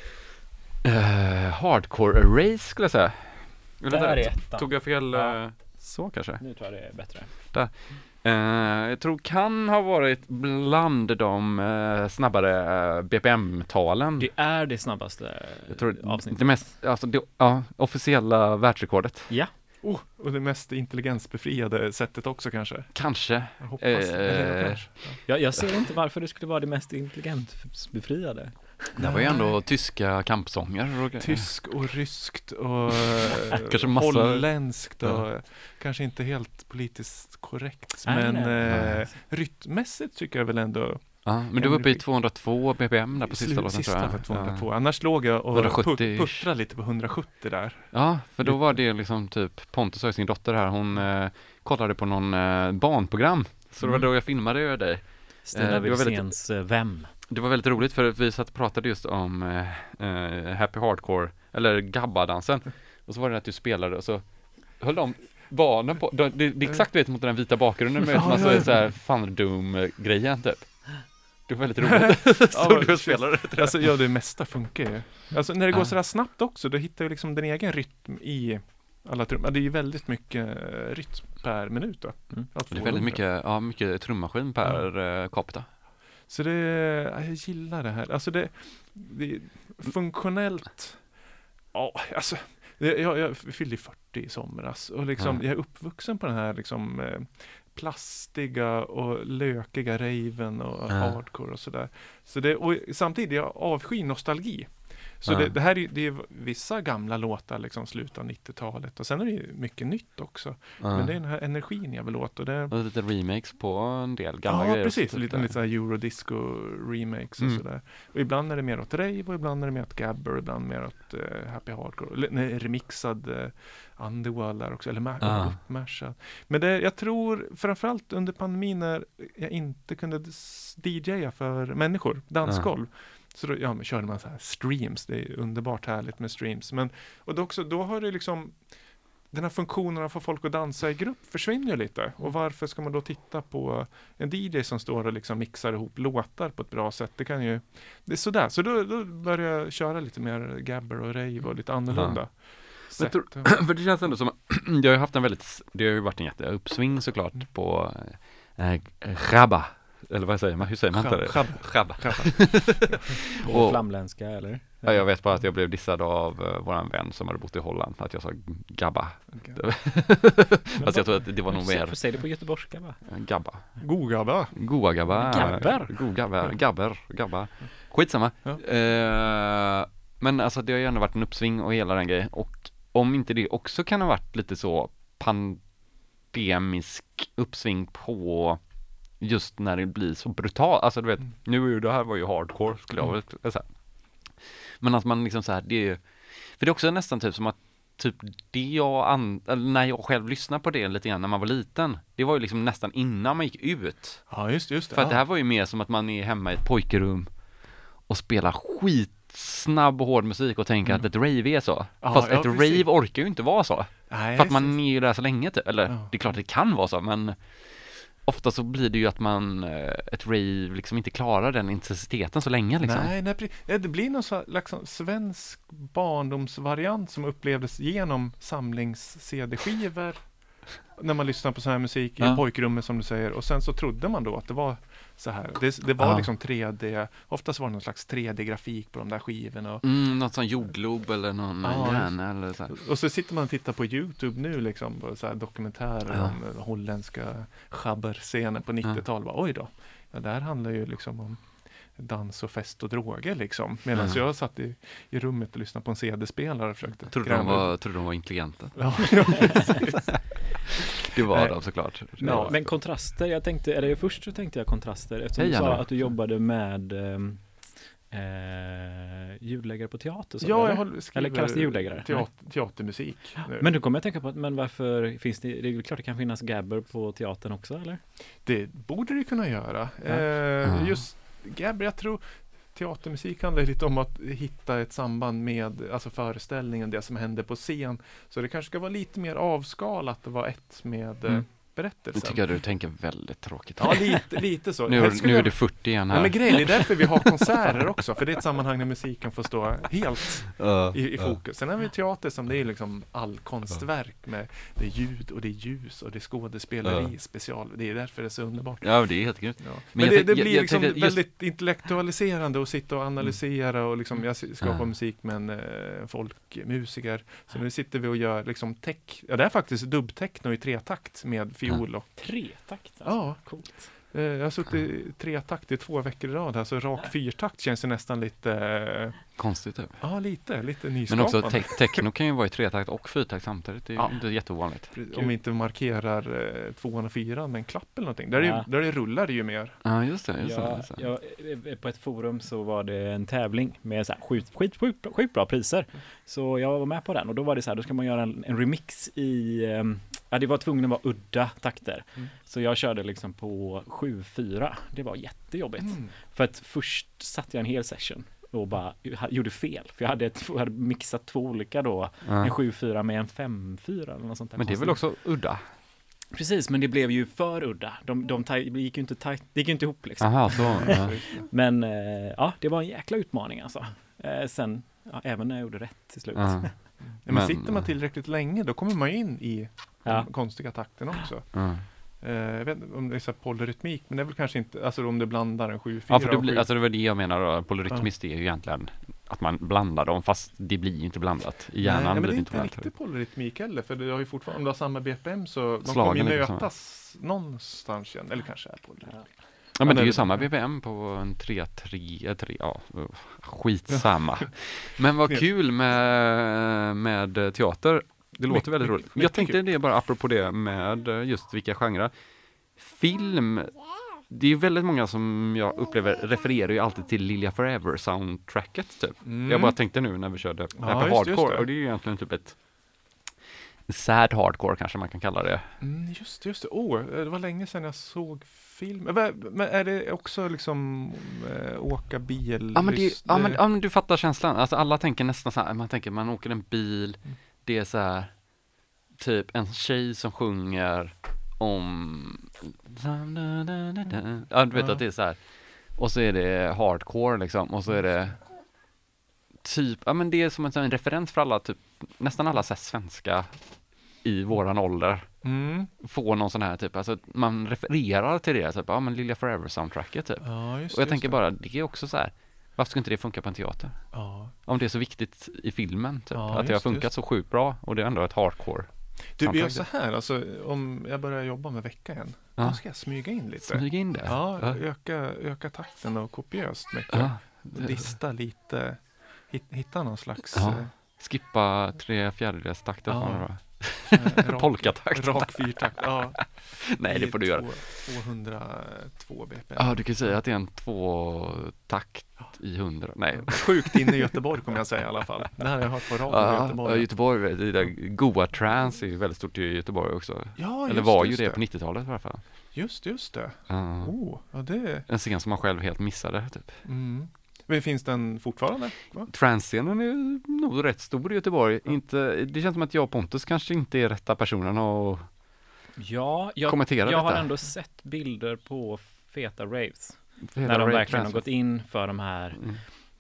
äh, hardcore race skulle jag säga. Där är ettan. Tog jag fel? Ja. Äh, Så kanske. Nu tror jag det är bättre. Uh, jag tror kan ha varit bland de uh, snabbare uh, B P M-talen. Det är det snabbaste Jag tror avsnittet. det mest, alltså det, ja, officiella världsrekordet. Ja. Oh, och det mest intelligensbefriade sättet också kanske. Kanske. Jag hoppas. Eh, Eller kanske. Ja. Jag, jag ser inte varför det skulle vara det mest intelligentbefriade. Det var ju ändå tyska kampsånger. Och, Tysk och ryskt och Kanske massa- holländskt och Ja. kanske inte helt politiskt korrekt. Nej, men nej. eh, rytmmässigt tycker jag väl ändå Ja, men du var uppe i tvåhundratvå B P M där på sista slu- låten sista tror jag. var tvåhundratvå. Ja. Annars låg jag och hundrasjuttio pu- puttrade lite på hundrasjuttio där. Ja, för då var det liksom typ Pontus har ju sin dotter här, hon eh, kollade på någon eh, barnprogram. Så det var Mm. då jag filmade ju dig. Stina Eh, det var väldigt- Wilséns eh, Vem? Det var väldigt roligt för vi satt och pratade just om eh, eh, Happy Hardcore, eller Gabba-dansen. Och så var det att du spelade och så höll de barnen på, de, det, det är exakt vet mot den vita bakgrunden med Ja, man så ja, är ja. så här Thunderdome-grejen typ. Det var väldigt roligt. Stod du och shit. spelade det. Alltså ja, det mesta funkar ju. Alltså när det går Ja. sådär snabbt också, då hittar du liksom din egen rytm i alla trummor. Det är ju väldigt mycket eh, rytm per minut då. Mm. Att Det är få väldigt hundra. mycket, ja, mycket trummaskin per ja. kapita. Så det, ja, jag gillar det här. Alltså det, det är funktionellt. Ja, alltså. Det, jag, jag fyllde fyrtio i somras och liksom, Ja. jag är uppvuxen på den här liksom eh, plastiga och lökiga raven och Ja. hardcore och sådär. Så det, och samtidigt, jag avskyr nostalgi. Så Ja. det, det här är, det är vissa gamla låtar, liksom slutet av nittiotalet och sen är det ju mycket nytt också. Ja. Men det är den här energin jag vill åt och det, Och lite remakes på en del gamla ja, grejer. precis. också, Lite, typ lite så här eurodisco remakes och Mm. sådär. Och ibland är det mer åt rave och ibland är det mer åt gabber och ibland mer åt eh, happy hardcore. Eller, nej, remixad eh, Underworld där också, eller ma- Ah. uppmashad. Men det, jag tror framförallt under pandemin när jag inte kunde s- D J för människor, dansgolv. Så då ja, men körde man så här streams, det är underbart härligt med streams. Men, och då, också, då har det liksom den här funktionen att få folk att dansa i grupp försvinner ju lite. Och varför ska man då titta på en D J som står och liksom mixar ihop låtar på ett bra sätt? Det kan ju, det är sådär. Så då, då börjar jag köra lite mer gabber och rave och lite annorlunda. Men sätt. tror- För det känns ändå som, jag har ju haft en väldigt, det har ju varit en jätteuppsving såklart Mm. på eh, Rabba. Eller vad säger man? Hur säger man inte det? Chab- Rabba. På Och- flamländska eller? Ja, jag vet bara att jag blev dissad av uh, våran vän som hade bott i Holland, att jag sa Gabba. Fast jag tror att det var nog mer Får säga det på göteborgska va? eh, Gabba. God gabba. Goa Gabba. Gabber. God Gabber. Gabber. Gabba. Skitsamma. Ja. Eh, men alltså det har ju ändå varit en uppsving och hela den grejen. Och om inte det också kan ha varit lite så pandemisk uppsving på just när det blir så brutalt. Alltså du vet, Mm. nu är ju det här var ju hardcore skulle jag väl säga. Men att man liksom så här, det är ju, för det är också nästan typ som att typ det jag, an, eller när jag själv lyssnade på det lite grann när man var liten, det var ju liksom nästan innan man gick ut. Ja, just, just det. För att ja. det här var ju mer som att man är hemma i ett pojkerum och spelar skitsnabb och hård musik och tänker Mm. att ett rave är så. Ja, Fast ja, ett precis. rave orkar ju inte vara så. Nej, För att just man är ju där så länge typ. Eller Ja. det är klart det kan vara så, men ofta så blir det ju att man, eh, ett rave liksom inte klarar den intensiteten så länge liksom. Nej, nej, pre- ja, det blir någon så, liksom, svensk barndomsvariant som upplevdes genom samlings-C D-skivor när man lyssnar på sån här musik i Ja. pojkrummet som du säger och sen så trodde man då att det var så här. Det, det var Ja. liksom tre D, oftast var det någon slags tre D-grafik på de där skivorna och, Mm, något sån jordglob eller någon Ja, hjärna eller så här. och så sitter man och tittar på YouTube nu liksom på så här dokumentärer Ja. om eh, holländska schabber-scenen på nittiotalet. Bara, oj då, ja, det här handlar ju liksom om dans och fest och droger liksom. Medan Ja. jag satt i, i rummet och lyssnade på en C D-spelare och försökte Trodde de gräva upp- var, trodde de var intelligenta. Ja, ja, Det var Nej. de såklart. Ja. Men kontraster, jag tänkte, eller först så tänkte jag kontraster eftersom Hej, du sa Anna. att du jobbade med ehm, eh, ljudläggare på teater. Så, ja, eller? jag håller, skriver Eller kallas det ljudläggare? Teater, teatermusik. nu. Men du kommer jag tänka på, att, men varför finns det, det är väl klart det kan finnas gabber på teatern också eller? Det borde det kunna göra. Ja. Eh, Ja. Just Gabber, jag tror teatermusik handlar lite om att hitta ett samband med alltså föreställningen, det som händer på scen. Så det kanske ska vara lite mer avskalat och vara ett med, eh, Mm. livsberättelsen. Nu tycker jag du tänker väldigt tråkigt. Ja, lite, lite så. Nu, Helst skulle nu är jag- du fyrtio igen Ja, här. men grejen är därför vi har konserter också, för det är ett sammanhang där musiken får stå helt Ja, i, i ja. fokus. Sen har vi teater som det är liksom all konstverk med det är ljud och det är ljus och det är skådespeleri Ja. special. Det är därför det är så underbart. Ja, det är helt grymt. Ja. Men, Men jag det, tänk- det jag- blir jag liksom tänker just- väldigt intellektualiserande att sitta och analysera och liksom, jag s- skapar Ja. musik med en eh, folkmusiker. Så nu sitter vi och gör liksom tech, ja det är faktiskt dubbtechno i tretakt med fiol och Tretakt alltså. ja. Coolt. Eh, Jag har suttit i tretakt i två veckor i rad här, så rak fyrtakt känns ju nästan lite, eh, Konstigt typ. ja lite, lite Men nyskapande. också te- techno kan ju vara i tretakt och fyrtakt samtidigt. Det är ju Ja. inte jätteovanligt. Om vi inte markerar eh, tvåan och fyran med en klapp eller någonting. Där, är, Ja. ju- där det rullar det ju mer. Ja, just det. Just det, Ja, just det. jag, eh, på ett forum så var det en tävling med så här skit, skit, skit, skitbra priser. Så jag var med på den och då var det så här, då ska man göra en, en remix i, ehm, ja det var tvungen att vara udda takter. Mm. Så jag körde liksom på sju fyra. Det var jättejobbigt. Mm. För att först satte jag en hel session och bara ha- gjorde fel. För jag hade, ett, jag hade mixat två olika då. Ja. En sju fyra med en fem fyra eller något sånt där. Men det är väl också udda? Precis, men det blev ju för udda. De, de taj- det gick ju inte tajt, det gick ju inte ihop liksom. Aha, så. Ja. Men eh, ja, det var en jäkla utmaning alltså. Eh, sen, ja, även när jag gjorde rätt till slut. Ja. Ja, men, Men- sitter man tillräckligt länge, då kommer man ju in i Ja. den konstiga takten också. Ja. Eh, jag vet inte om det är så här polyrytmik, men det är väl kanske inte, alltså om du blandar en sju fyra Ja, för det och blir, sju. alltså det var det jag menar då. Polyrytmiskt är ju egentligen att man blandar dem, fast det blir ju inte blandat. I hjärnan Nej, men blir det är det inte inte blandat. riktigt polyrytmik heller, för du har ju fortfarande, om du har samma B P M så de Slagen kommer är ju liksom mötas någonstans igen, eller kanske är polyrytmik. Ja, men det är ju det- samma B P M på en tre tre, tre ja, uh, skitsamma. Men vad kul med, med teater. Det låter Mycket- väldigt roligt. mycket Jag tänkte kul. det bara apropå det med eh, just vilka genrer. Film, det är ju väldigt många som jag upplever refererar ju alltid till Lilja Forever soundtracket typ. Mm. Jag bara tänkte nu när vi körde det här Ja, på just- just hardcore, det. och det är ju egentligen typ ett sad hardcore kanske man kan kalla det. Mm, just det, just det. Åh, det var länge sedan jag såg film. Men men är det också liksom äh, åka bil? Ja men, det, lys- ja, men, ja men du fattar känslan. Alltså alla tänker nästan så här, man tänker man åker en bil, Mm. det är så här typ en tjej som sjunger om ja du vet Ja. att det är så här, och så är det hardcore liksom, och så är det typ, ja men det är som en, en referens för alla, typ nästan alla så här svenska i våran ålder Mm. får någon sån här typ, alltså man refererar till det typ, ja men Lilja Forever soundtracket typ. Ja, just Och jag det, tänker just bara, det är också så här, varför skulle inte det funka på en teater? det. Ja. Om det är så viktigt i filmen, typ, Ja, att det har just det, funkat just så sjukt bra, och det är ändå ett hardcore. Du, vi gör så soundtrack. här, alltså om jag börjar jobba med vecka igen, Ja. då ska jag smyga in lite. Smyga in det. Ja, ja. öka, öka takten och kopiöst mycket. Ja. Och dista lite, hit, hitta någon slags Ja. eh, Skippa tre fjärdedels takter Ja. från det då. eh, rak, Polkatakt. rak fyrtakt. Ja, Nej, det får du göra. tvåhundratvå B P M. Ja, du kan säga att det är en tvåtakt i hundra. Nej. Sjukt inne i Göteborg kommer jag säga i alla fall. Det här har jag hört på radio i Ja, Göteborg. Göteborg, Göteborg det där Goa Trance är ju väldigt stort i Göteborg också. Ja, Eller just var just ju det på nittiotalet i alla fall. Just, just det. Ja. Oh, ja det. En scen som man själv helt missade, typ. Mm. Men finns den fortfarande? Va? Trance-scenen är nog rätt stor i Göteborg. Inte, det känns som att jag och Pontus kanske inte är rätta personerna att Ja, jag, kommentera jag har detta. ändå sett bilder på feta raves. För hela När de rave verkligen har trance. gått in för de här Mm.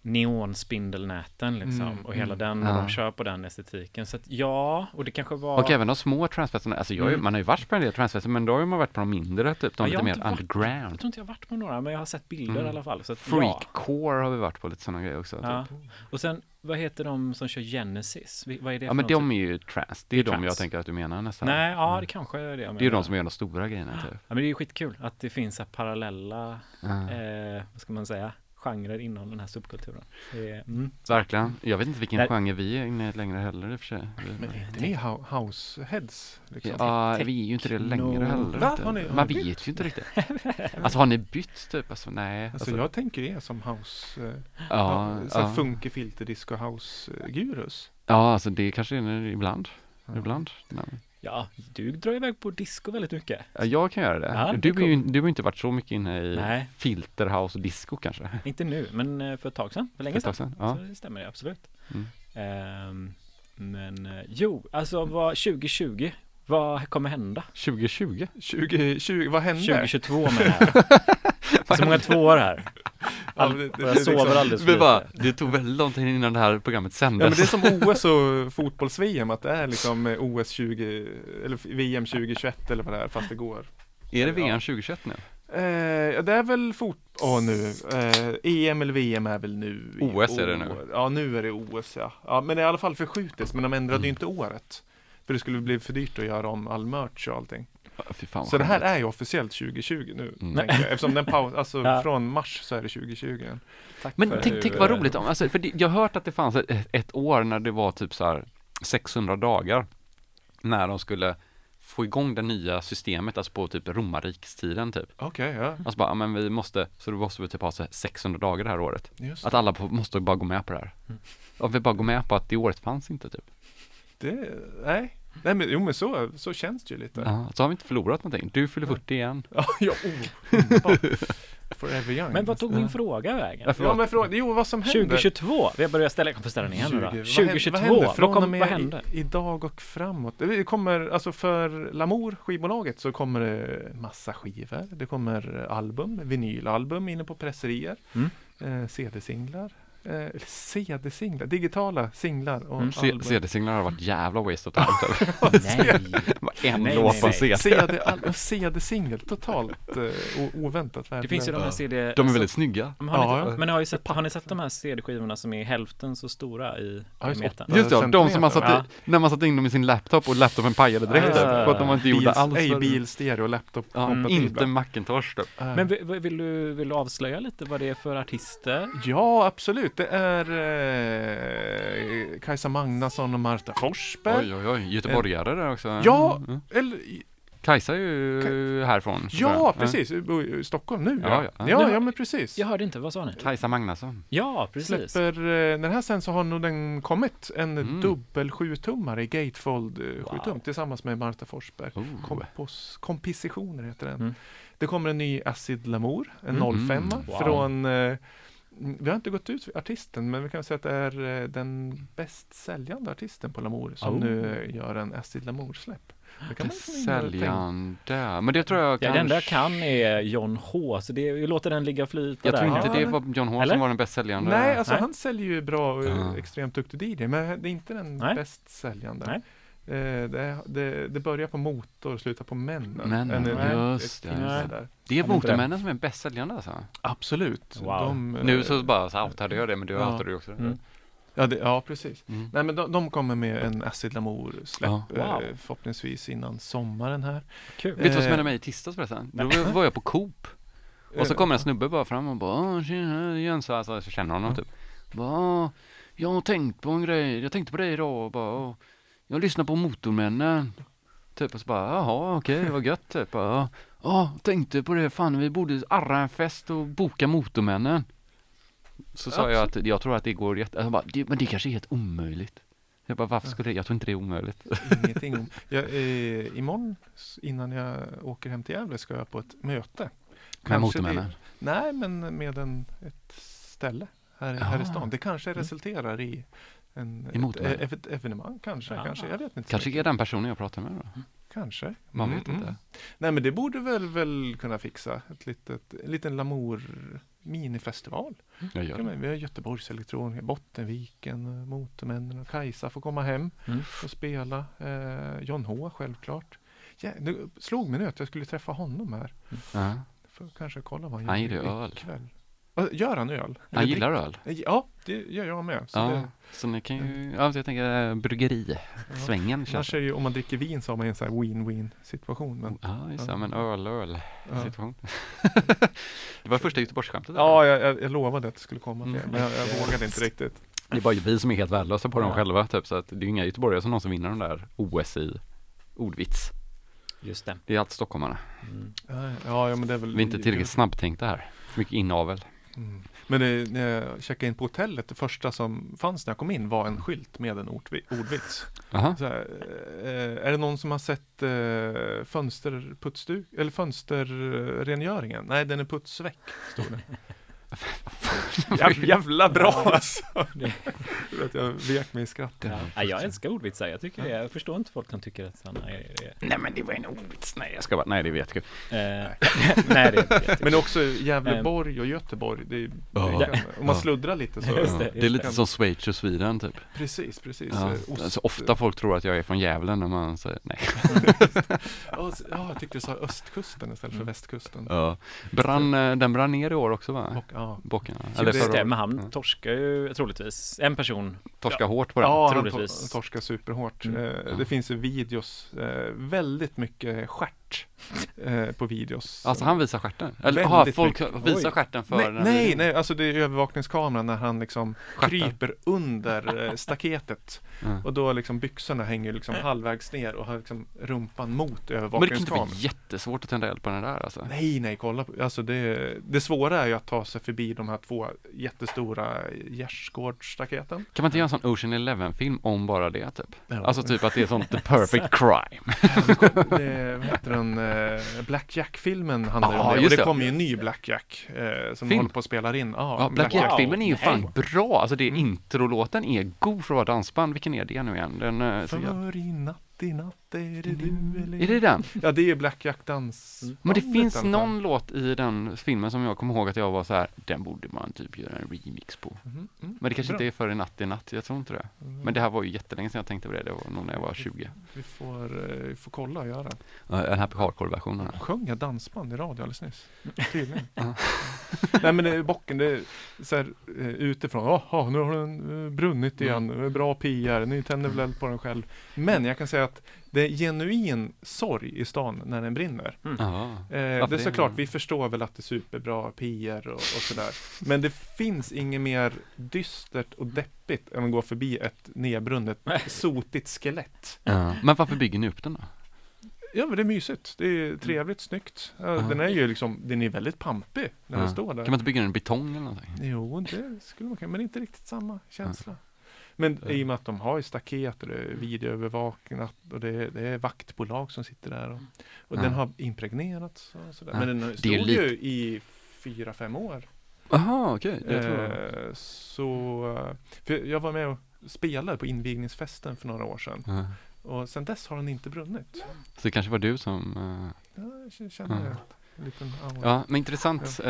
neonspindelnäten liksom. Mm, och hela mm. den, Ja. och de kör på den estetiken. Så att ja, och det kanske var... Och även de små transfesterna, alltså jag, har ju- Mm. man har ju varit på en del transfester, men då har ju man varit på de mindre, typ de Ja, lite jag har mer inte varit- underground. Jag tror inte jag har varit på några, men jag har sett bilder Mm. i alla fall. Så att, ja. Freakcore har vi varit på, lite sådana grejer också. Ja. Typ. Och sen, vad heter de som kör Genesis? Vi- Vad är det Ja för men något? de är ju trance, det är Det är de jag trance. tänker att du menar nästan. Nej, ja Mm. det kanske är det jag Det är ju menar. de som gör de stora grejerna typ. Ja, men det är ju skitkul att det finns så här parallella, Ja. eh, vad ska man säga, genrer inom den här subkulturen. Det är, mm. Verkligen. Jag vet inte vilken Nej. genre vi är inne i längre heller i och för sig. Men är inte ni hou- househeads? Liksom? Ja, vi är ju inte det längre heller. Va? inte. Har ni- har Man ni vet bytt? ju inte riktigt. Alltså har ni bytt typ? Alltså nej. Alltså, jag tänker er som house, eh, ja, ja, så ja. funky filterdisco house eh, gurus. ja, alltså det kanske är ibland. Ibland. Nej. Ja, du drar iväg på disco väldigt mycket. Ja, jag kan göra det. Ja, det du, är är ju, du har ju inte varit så mycket inne i Nej. filterhouse och disco kanske. Inte nu, men eh, för ett tag sedan, för länge För ett sedan. tag sedan, ja. Så det stämmer det absolut. Mm. Ehm, men eh, jo, alltså vad tjugo tjugo Vad kommer hända? tjugo tjugo? tjugo tjugo, vad hände? tjugo tjugotvå menar jag. Det är så många tvåor här. All, Ja, det- det- och jag det är sover liksom- alldeles för Vi lite. bara, det tog väldigt lång tid innan det här programmet Ja men sändes. det är som O S och fotbolls-V M, att det är liksom eh, O S tjugo, eller V M tjugohundratjugoett eller vad det är, fast det går. Är det V M Ja. tjugohundratjugoett nu? Eh, ja, det är väl fot... Åh nu, eh, E M eller V M är väl nu i O S är det nu. år. Ja nu är det O S ja. Ja men det är i alla fall förskjutits, men de ändrade ju inte året. För det skulle bli för dyrt att göra om all merch och allting. Fy fan vad Så det här skönt. är ju officiellt tjugo tjugo nu, Mm. tänker jag. Eftersom den paus, alltså Ja. från mars så är det tjugo tjugo. Tack Men för- tänk, tänk vad roligt om, alltså, för det, jag har hört att det fanns ett, ett år när det var typ så här sexhundra dagar när de skulle få igång det nya systemet, alltså på typ romarrikstiden typ. Okej, ja. Alltså bara, ja, men vi måste, så då måste vi typ ha så här sexhundra dagar det här året. Just Att alla på, måste bara gå med på det här. Och vi bara går med på att det året fanns inte typ. det. Nej. Nej men jo men så, så känns det ju lite. Ja, så har vi inte förlorat någonting. Du fyller fyrtio igen. Ja, ja oh, underbart. Forever young. Men vad tog min fråga vägen? Ja, förlåt. Ja men fråga, jo vad som händer. tjugo tjugotvå, vi börjar ställa, jag kan få ställa den igen nu då. Vad tjugo händer- tjugotvå, vad händer? vad, Från kom, och med vad hände? i- idag och framåt. Det kommer, alltså för Lamour, skivbolaget, så kommer det massa skivor. Det kommer album, vinylalbum inne på presserier. Mm. Eh, C D-singlar. Eh, C D-singlar, digitala singlar och Mm. C- album. C D-singlar har varit jävla waste of time. Nej. Bara en Nej, låt nej, på en nej. C D. C D, al- C D-singel, totalt eh, o- oväntat Det finns ju de här C D... De är väldigt snygga. Men har, ni, Ja, ja. men har, ju sett, har ni sett de här C D-skivorna som är hälften så stora i, Ja, i just metern? det. Just det, de som man centimeter. satte i, när man satte in dem i sin laptop och laptopen pajade direkt Ah. typ, för att de var inte gjorda Bils, alls ej, för- bil, stereo, laptop, Ja, kompatibla. inte Macintosh typ. Eh, Men vill, vill, du, vill du avslöja lite vad det är för artister? Ja, absolut. Det är eh, Kajsa Magnusson och Marta Forsberg. Oj oj oj, göteborgare där också. Ja, Mm. eller Kajsa är ju härifrån. så ja, där. precis. I bor i Stockholm nu. Ja, Ja, ja. ja, ja, Ja. men precis. Jag hörde inte, vad sa ni? Kajsa Magnusson. Ja, precis. Släpper, eh, när den här sen så har nog den kommit en Mm. dubbel sjutummare i Gatefold eh, Wow. sju tum tillsammans med Marta Forsberg. Oh. Kompos, kompositioner heter den. Mm. Det kommer en ny Acid Lamour, en Mm. noll fem Wow. från eh, vi har inte gått ut för artisten, men vi kan säga att det är eh, den bäst säljande artisten på Lamour som Oh. nu eh, gör en Acid Lamour-släpp. Det kan man liksom inte tänka- Säljande. Men det tror jag Ja, kanske... det enda jag kan är John H, så det, vi låter den ligga och flyta Jag där. tror inte Ja. det var John H Eller? som var den bäst säljande. Nej, alltså Nej. han säljer ju bra och är Ja. extremt duktig D J, men det är inte den Nej. bäst säljande. Nej. Eh, det, det, det börjar på motor och slutar på männen. Männen, En- ja, ett- just ett det, tips just där. Det är Har vi inte det? Motormännen som är bäst säljande alltså. Absolut. Wow. De, eh, Nu så bara så outade jag det, men du Ja. outade det också. Mm. Ja, det, ja precis. Mm. Nej men de, de kommer med en Acid Lamour-släpp Ja. Wow. eh, förhoppningsvis innan sommaren här. Kul. Vet du vad som Eh. hände mig i tisdags förresten? Då var- var jag på Coop. Och så Eh, kommer en snubbe bara fram och bara "Åh, tjena Jens", så alltså, jag känner honom typ. Bara, jag har tänkt på en grej, jag tänkte på det idag och bara, "Åh, jag lyssnar på Motormännen. Typ och så bara, jaha okej, vad gött typ. Ja, ja, tänkte på det, fan vi borde arra en fest och boka Motormännen. Så sa jag att jag tror att det går jätte, jag bara, det, men det kanske är helt omöjligt. Jag bara, varför skulle det, jag tror inte det är omöjligt. Ingenting om. Jag, eh, imorgon s- innan jag åker hem till Gävle ska jag på ett möte. Med Kanske Motormännen. det- Nej, men med en, ett ställe här, Ja. här i stan. Det kanske Mm. resulterar i en, I Motormännen. ett, ett evenemang, kanske, Ja. kanske. Jag vet inte. så Kanske mycket. är den personen jag pratar med då. Kanske. Man Mm, vet inte. mm. Nej, men det borde väl, väl kunna fixa ett litet, en liten Lamour minifestival. Jag gör Kan det. man, vi har Göteborgs elektroniker, Bottenviken, Motormännen och Kajsa får komma hem Mm. och spela. Eh, John H självklart. Ja, det slog mig nu att jag skulle träffa honom här. Ja. För kanske kolla vad han, Han gör gillar öl. ikväll. Vad- Gör han öl? Han Eller gillar öl. drick- Ja, det gör jag med. Så Ja, det, så ni kan ju, ja, så jag tänker bryggeri-svängen känns annars är det ju, om man dricker vin så har man en sån här win-win situation. Men, Ja, just det, Ja. men öl, öl ja. situation. Det var första Göteborgsskämtet. där. Ja, jag, jag, jag lovade att det skulle komma fler, Mm. men jag, jag vågade inte riktigt. Det är bara vi som är helt värdelösa på dem Ja. själva, typ, så att det är ju inga göteborgare som någonsin vinner de där O S i ordvits. Just det. Det är allt stockholmarna. Mm. Ja, ja, men det är väl... Vi är inte tillräckligt snabbtänkta här. För mycket inavel. Mm. Men det, när jag checkade in på hotellet, det första som fanns när jag kom in var en skylt med en ordvi- ordvits. Aha. Så här, eh, är det någon som har sett eh, fönsterputsduk eller fönsterrengöringen? Nej, den är putsväck, stod det. Jävla, jävla bra alltså. Att jag vek mig i skratt. Ja, jag älskar ordvitsar. Jag tycker det. Jag förstår inte folk som tycker att sådana är, är... Nej, men det var en ordvits. Nej, jag ska bara, nej, det vet jag. Eh, nej, det vet jag. Men också Gävleborg och Göteborg. Det är, Ja. det kan, om man sluddrar lite så. Just det. Det är lite som Schweiz och Sweden typ. Precis, precis. Ja. Eh, ost- Alltså, ofta folk tror att jag är från Gävle när man säger nej. Ja, s- ja, jag tyckte du sa östkusten istället för västkusten. Ja. Brann, eh, den brann ner i år också va? Och, ja. Bocken. det Eller Just förra det, året. men han Ja. torskar ju troligtvis. En person. Torska hårt på den. Ja, han to- troligtvis. torskar superhårt. Mm. Eh, Ja. Det finns ju videos, eh, väldigt mycket stjärt eh, på videos. Alltså han visar stjärten? Eller Väldigt aha, folk mycket. visar Oj. stjärten för nej, den här nej, videon. nej, alltså det är övervakningskameran när han liksom Stjärtar. kryper under eh, staketet. Ja. Och då liksom byxorna hänger liksom halvvägs ner och har liksom rumpan mot Men det kan inte övervakningskameran. vara jättesvårt att tända eld på den där alltså. Nej, nej, kolla på, alltså det, det svåra är ju att ta sig förbi de här två jättestora gärdsgårdsstaketen. Kan man inte göra en sån Ocean Eleven-film om bara det typ? Ja. Alltså typ att det är sånt the perfect crime. Det, vad heter den, eh, Black Jack-filmen handlar ju Ja, om det. Och just det det. kommer ju en ny Black Jack eh, som Film? håller på att spela in. Ja, Ja, Black Wow. Jack-filmen är ju fan Nej. bra. Alltså det Mm. introlåten är god för att vara dansband. Vilken är det nu igen? Den, eh, så jag... För i natt, i natt är det du eller Är det den? Ja, det är ju Black Jack dans. Men det bandet finns i alla fall. någon låt i den filmen som jag kommer ihåg att jag var så här. Den borde man typ göra en remix på. Mhm, mm. Men det kanske Bra. inte är för i natt i natt. Jag tror inte det. Men det här var ju jättelänge sedan jag tänkte på det. Det var nog när jag var tjugo. Vi får, eh, vi får kolla och göra. Ja, den här hardcore-versionen. Sjöng jag dansband i radio alldeles nyss? Tydligen. Ja. Nej, men det är bocken, det är så här eh, utifrån. Jaha, nu har den eh, brunnit igen. Mm. Bra P R. Ni tänder väl eld på den själv. Men jag kan säga att det är genuin sorg i stan när den brinner. Ja. Eh, det är det? såklart, vi förstår väl att det är superbra P R och, och sådär. Men det finns inget mer dystert och deppigt än att gå förbi ett nedbrunnet, sotigt skelett. Ja. Men varför bygger ni upp den då? Ja, men det är mysigt. Det är trevligt, snyggt. Ja, Ja. den är ju liksom, den är väldigt pampig när Ja. den står där. Kan man inte bygga den i betong eller någonting? Jo, det skulle man kunna, men inte riktigt samma känsla. Men Ja. i och med att de har ju staket och det är videoövervakning och det är, det är vaktbolag som sitter där och, och Ja. den har impregnerats och sådär. Ja. Men den Det är stod ju ju i fyra, fem år. Jaha, okej. Jag tror... Eh, så, för jag var med och spelade på invigningsfesten för några år sedan. Ja. Och sen dess har den inte brunnit. Så det kanske var du som... eh, Ja, jag känner Ja. en liten aura. Ja, men intressant.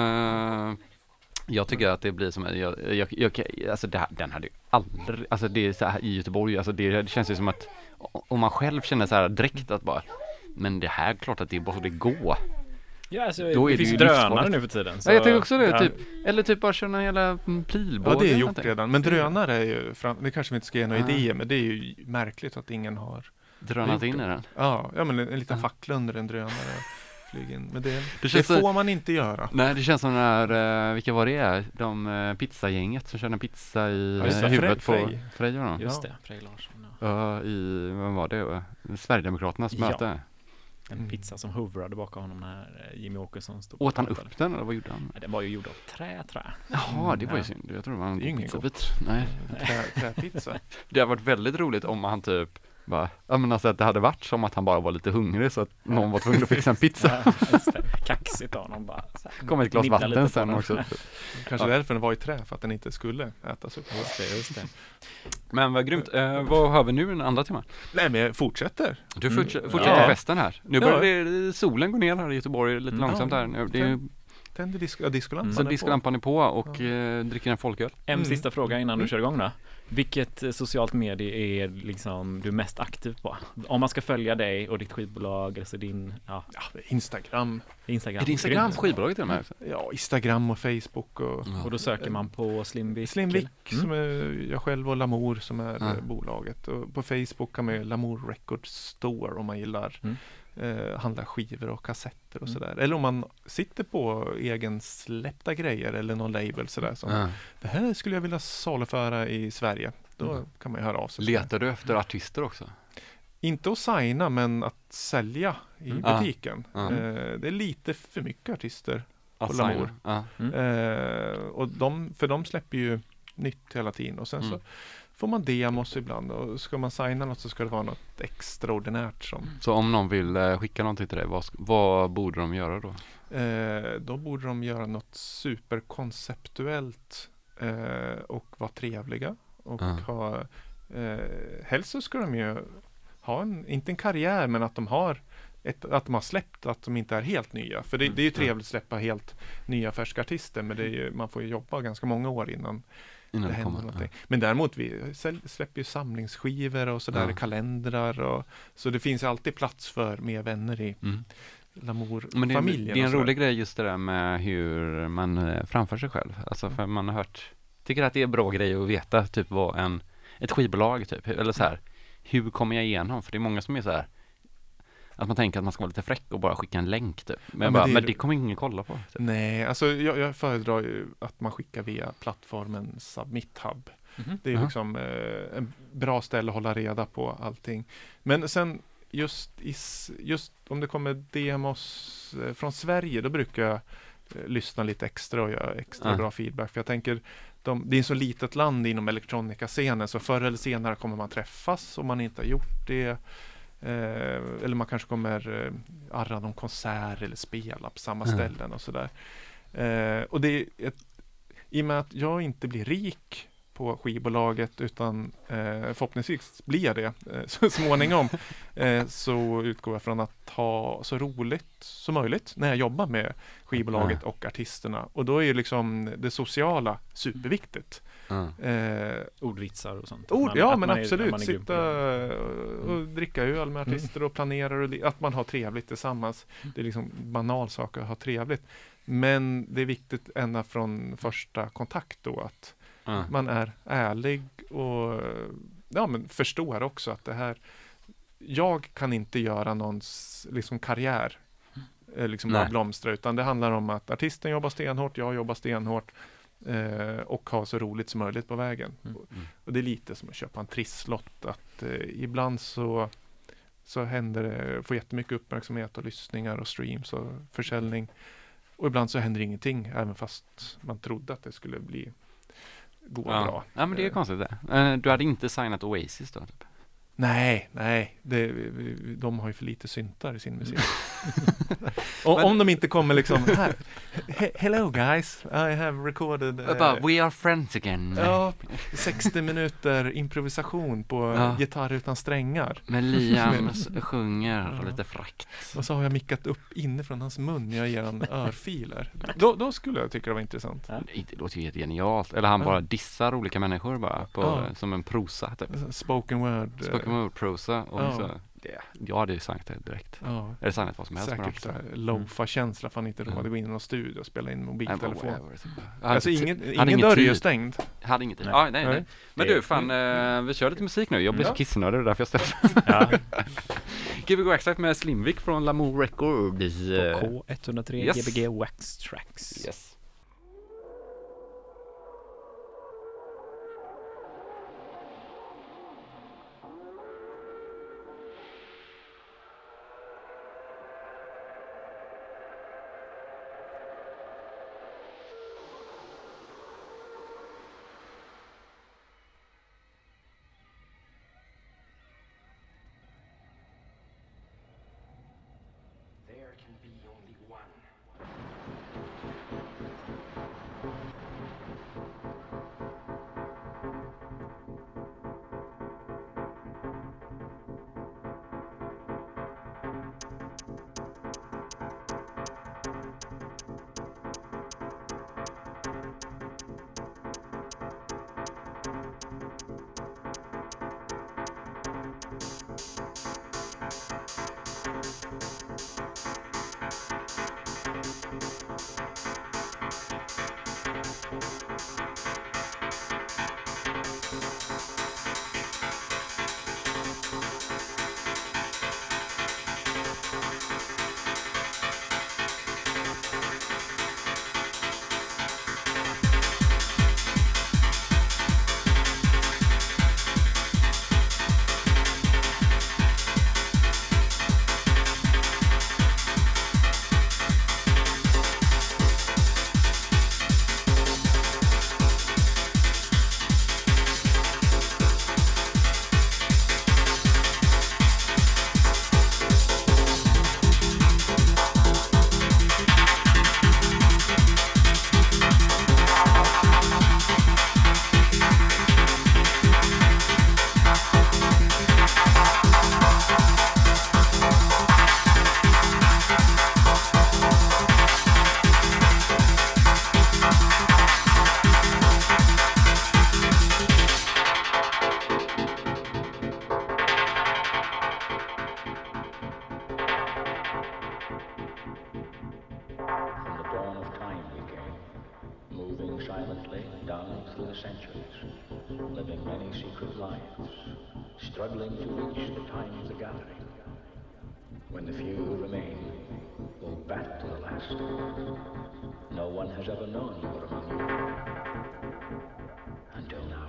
Eh, jag tycker att det blir som... Jag, jag, jag, alltså det här, den hade ju aldrig... Alltså det är så här i Göteborg. Alltså det, det känns ju som att... Om man själv känner så här direkt att bara... Men det här, klart att det borde gå. Ja, alltså, Då är det det finns ju drönare livsfarligt. nu för tiden. Ja, jag tänker också det. ja. Typ, eller typ bara köra en jävla mm, pilbåge. Ja, det är eller gjort någonting. redan. Men drönare är ju, fram, det kanske vi inte ska ge några Ah. idéer, men det är ju märkligt att ingen har. Drönat Det är in i gjort den. Ja, ja men en, en liten Ja. fackla under en drönare. Flyga in. Men det, det, Det känns så- får man inte göra. Nej, det känns som när, uh, vilka var det är? De uh, pizzagänget som körde en pizza i Ja, just uh, det, huvudet Frej- på Frej. Frej var det? Just Ja. det, Frej Larsson. Ja. Ja, i, vad var det? Uh, Sverigedemokraternas Ja. möte. En Mm. pizza som hovrade bakom honom när eh, Jimmy Åkesson stod. Åt han och pratade. upp den eller vad gjorde han? Ja, den var ju gjord av trä, tror jag. Jaha, det var ju Ja. synd. Jag tror det var en Det är ju god ingen pizzabit. Nej. Trä, träpizza. Det hade varit väldigt roligt om han typ bara, ja men alltså att det hade varit som att han bara var lite hungrig så att någon var tvungen att fixa en pizza. Ja, just det. Kaxigt av honom bara. Så här. Kom ett glas Nibbla lite vatten på sen den. också. Kanske Ja. därför den var i trä, för att den inte skulle ätas upp. Just det, just det. Men vad grymt. Uh, vad har vi nu den andra timmen? Nej, men jag fortsätter. Du Mm. forts- fortsätter Ja. festen här. Nu börjar det, solen gå ner här i Göteborg lite Mm. långsamt här. Nu. Det är ju Tänder disco, ja, discolampan så är på. diskolampan är på och eh, dricker en folköl. En Mm. sista fråga innan du Mm. kör igång då. Vilket eh, socialt medie är liksom du mest aktiv på? Om man ska följa dig och ditt skivbolag, alltså din ja, Ja, Instagram. Instagram. Är det Instagram Grymt. skivbolaget till och med? Ja, Instagram och Facebook och Och då söker man på Slimvik. Slimvik Mm. som är jag själv och Lamour som är Ja. eh, bolaget. Och på Facebook kan man ju Lamour Records Store om man gillar Mm. eh, handla skivor och kassetter och Mm. sådär. Eller om man sitter på egen släppta grejer eller någon label sådär som Ja. det här skulle jag vilja saluföra i Sverige. Då Mm. kan man ju höra av sig. Letar du efter artister också? Inte att signa men att sälja i Mm. butiken. Ja. Eh, det är lite för mycket artister. Att Lamour. signa? Ja. Mm. Eh, och de, för de släpper ju nytt hela tiden och sen Mm. så får man demos ibland och ska man signa något så ska det vara något extraordinärt som. Så om någon vill eh, skicka någonting till dig, vad, sk- vad borde de göra då? Eh, då borde de göra något superkonceptuellt eh, och vara trevliga och Ja. ha eh, helst så ska de ju ha en, inte en karriär men att de har ett, att de har släppt att de inte är helt nya. För det, Mm. det är ju trevligt att släppa helt nya färska artister men det är ju, man får ju jobba ganska många år innan Innan det det händer kommer. någonting. Men däremot vi säl- släpper ju samlingsskivor och sådär, Ja. kalendrar och så det finns ju alltid plats för mer vänner i Ja. Mm. Lamour-familjen. Men det är, det är en och sådär. rolig grej just det där med hur man eh, framför sig själv. Alltså för man har hört, tycker att det är en bra grej att veta typ vad en, ett skivbolag typ, eller så här, hur kommer jag igenom? För det är många som är så här, att man tänker att man ska vara lite fräck och bara skicka en länk typ. Men, men bara, det är- men det kommer ingen kolla på. Typ. Nej, alltså jag, jag föredrar ju att man skickar via plattformen Submit Hub. Mhm. Det är Ja. liksom eh, en bra ställe att hålla reda på allting. Men sen just, i, s- just om det kommer demos eh, från Sverige, då brukar jag eh, lyssna lite extra och göra extra Ja. bra feedback. För jag tänker, de, det är så litet land inom elektronikascenen så förr eller senare kommer man träffas om man inte har gjort det. Eh, eller man kanske kommer eh, arra någon konsert eller spela på samma Ja. ställen och sådär. Eh, och det är ett, i och med att jag inte blir rik på skivbolaget utan eh, förhoppningsvis blir jag det eh, så småningom eh, så utgår jag från att ha så roligt som möjligt när jag jobbar med skivbolaget och artisterna och då är ju liksom det sociala superviktigt. Ja. Eh, Ordvitsar och sånt. Ord, Att ja att men man är- absolut, att man är grym på sitta det. och, och dricka öl med artister och planera och li- att man har trevligt tillsammans. Det är liksom banal sak att ha trevligt. Men det är viktigt ända från första kontakt då att Ja. man är ärlig och ja, men förstår också att det här jag kan inte göra någons liksom karriär eh, liksom bara Nej. blomstra utan det handlar om att artisten jobbar stenhårt, jag jobbar stenhårt eh, och ha så roligt som möjligt på vägen. Mm. Och, och det är lite som att köpa en trisslott att eh, ibland så så händer det, får jättemycket uppmärksamhet och lyssningar och streams och försäljning och ibland så händer ingenting även fast man trodde att det skulle bli gå Ja. bra. Ja men det är Eh, konstigt det. Eh, Du hade inte signat Oasis då? Typ. Nej, nej. Det, de har ju för lite syntar i sin musik. Och, Men- om de inte kommer liksom här. "He- Hello guys, I have recorded Jag bara, eh, we are friends again. ja, sextio minuter improvisation på Ja. gitarr utan strängar. Men Liam s- sjunger lite frakt. Och så har jag mickat upp inifrån hans mun när jag ger han örfiler. Då, då skulle jag tycka det var intressant. Ja. Det låter ju helt genialt. Eller han Ja. bara dissar olika människor bara på, Ja. som en prosa typ. Spoken word. eh, Spoken word prosa och Ja. så. Det, jag hade ju sagt det direkt. Ja. Eller signat vad som helst med dem. Säkert så här lofa-känsla för han inte råd att gå in i någon studio och spela in Nej, men mobiltelefon. whatever, typ. Jag hade Alltså inte- ingen, hade ingen ingen dörr är ju tid. stängd. Hade ingenting. Nej. Ja, nej, nej. Nej. Men Det- du, fan, eh, vi kör lite musik nu. Jag blir Ja. så kissnödig, det är därför jag ställer. Ja, Give Go Waxtrack med Slimvik från Lamour Records. på K ett noll tre yes. G B G Wax Tracks. Yes. There can be only one. silently down through the centuries, living many secret lives, struggling to reach the time of the gathering, when the few who remain will battle to the last. No one has ever known you were among you until now.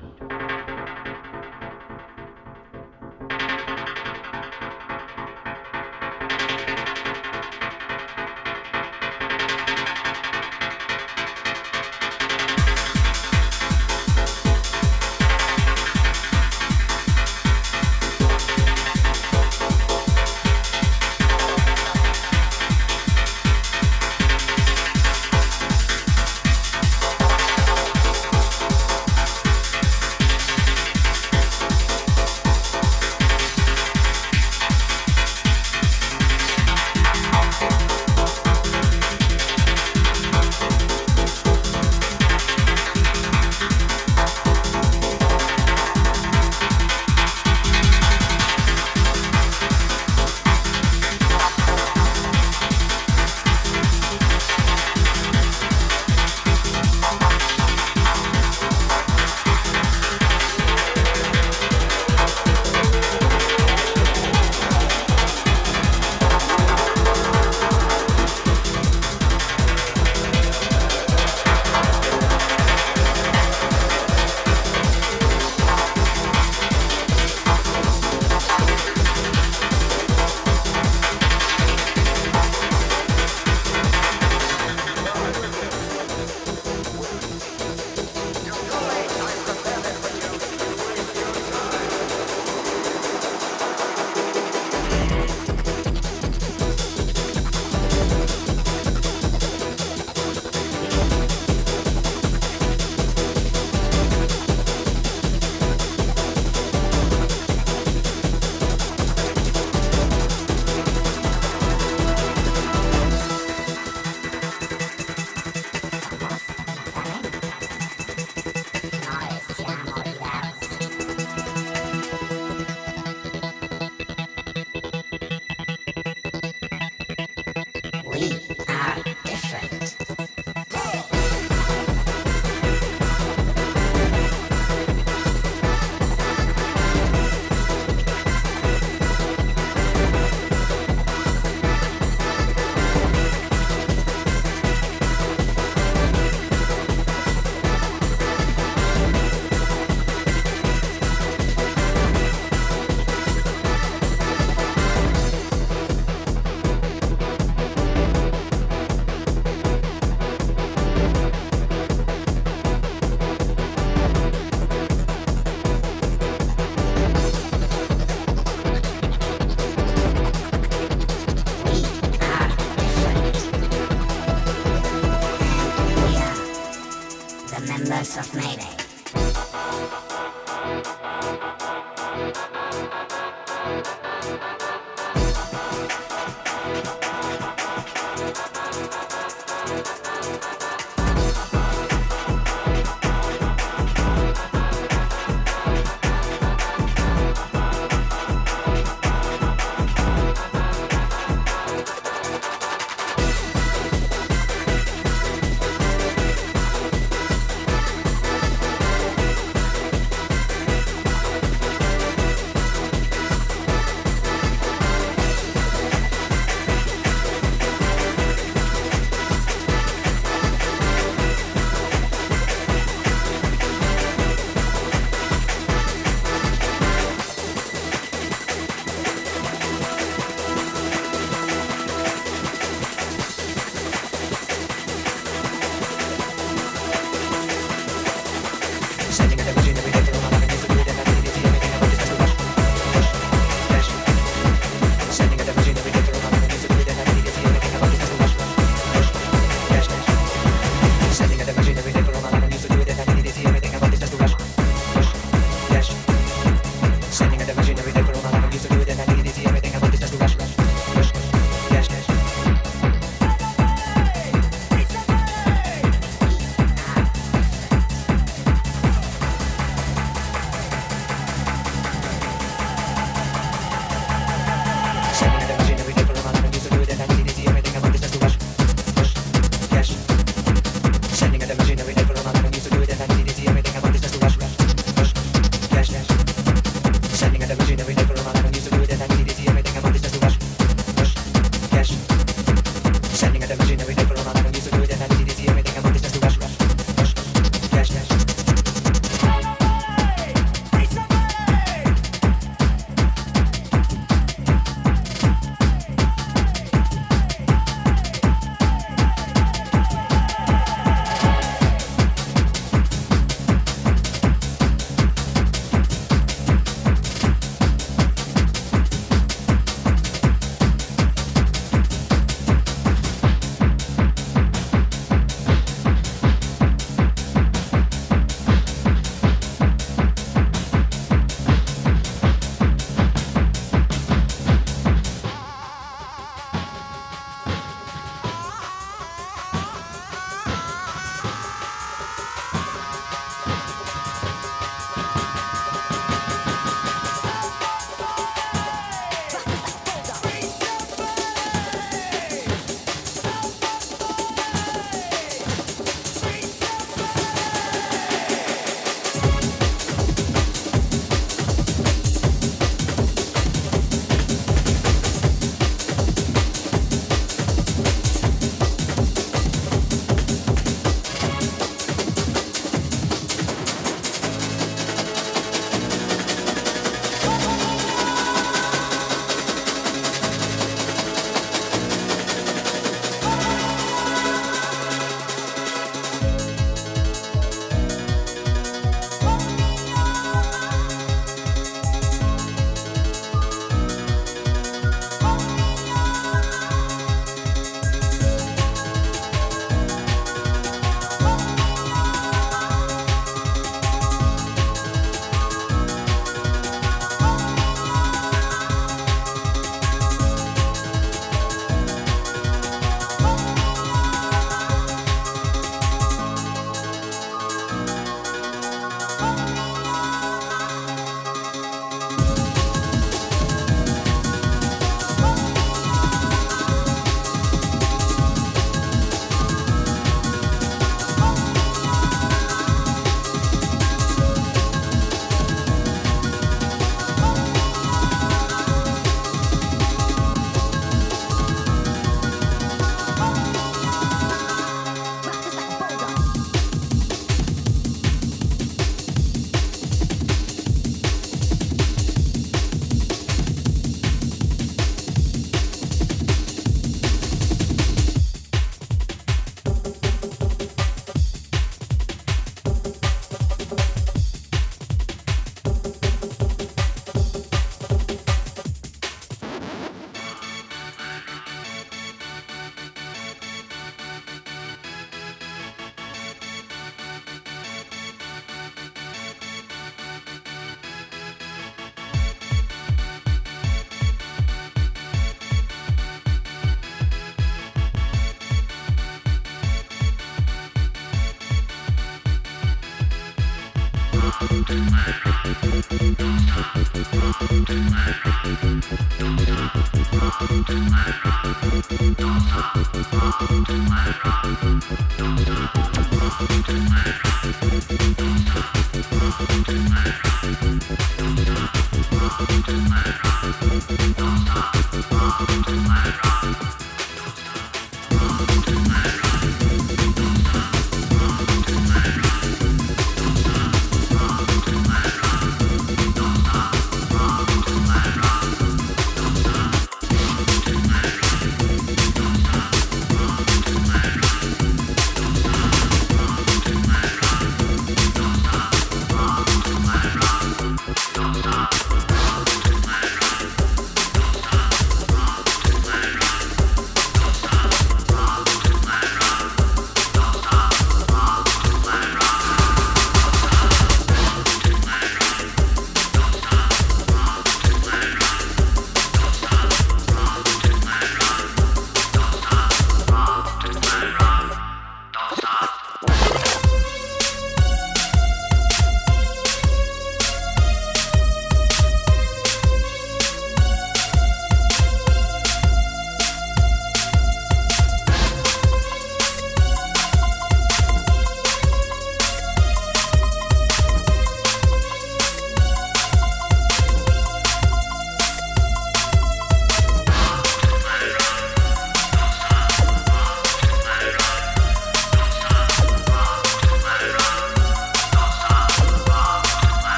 members of Mayday. Standing at the machine every day for all I don't need to do it and I need to see everything I want is just to rush, rush, rush, rush, dash, dash.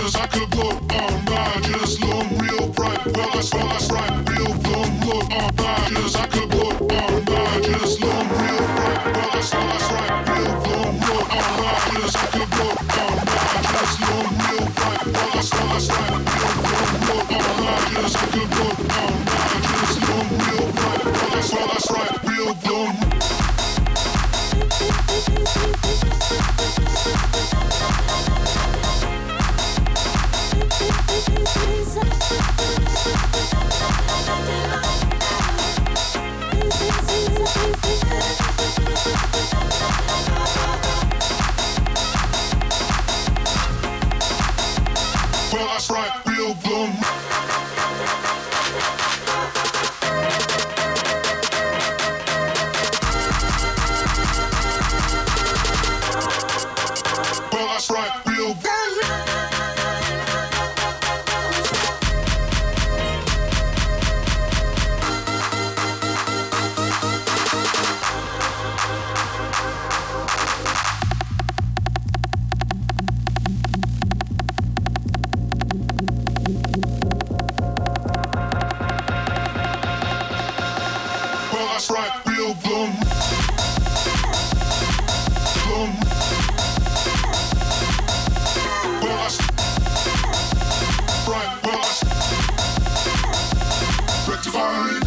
just I could look online, just look real bright. Well, that's well, that's right, real bloom. Look online, just I could look online, just look real bright. Well, that's well, that's right, real bloom. Look online, just I could look online, just look real bright. Well, that's well, that's right, real bloom. Look online, just I could look online, just look real bright. Well, that's well, that's right, real bloom. Well, that's right, real bloom. Well, that's right, real bloom. Well, that's right, real bloom. Bloom. Well, that's right, well, that's rectified.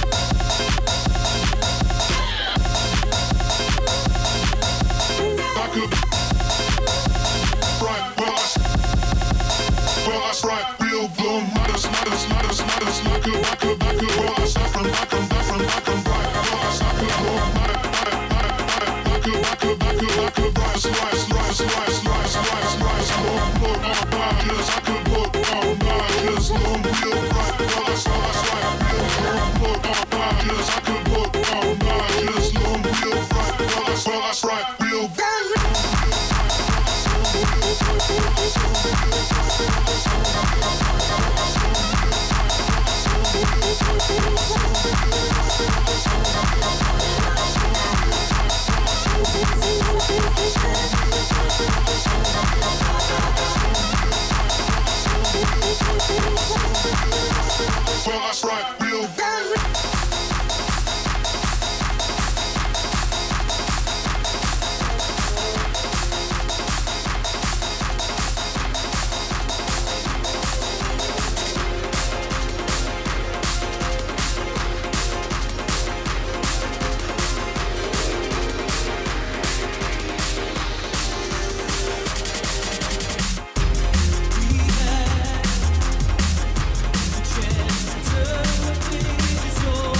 I could. Right, well, that's well, that's right, real bloom. Matters, matters, matters, matters. I could, I could, I could. Well, that's different. I can, different. I can bright. Well, that's I could bloom. Matter, matter, matter, matter. I could, I could, I could, I could. Rise, rise, rise, rise, rise, rise, rise. Look, look, on by. Yes, I could look on by. Yes, look, real bright. Well, that's well, that's right, real bloom. Look on by. Yes, I could look on by. Yes, look, real bright. Well, that's well, that's right, real bloom. Well, that's right, real bloom. Chance to turn things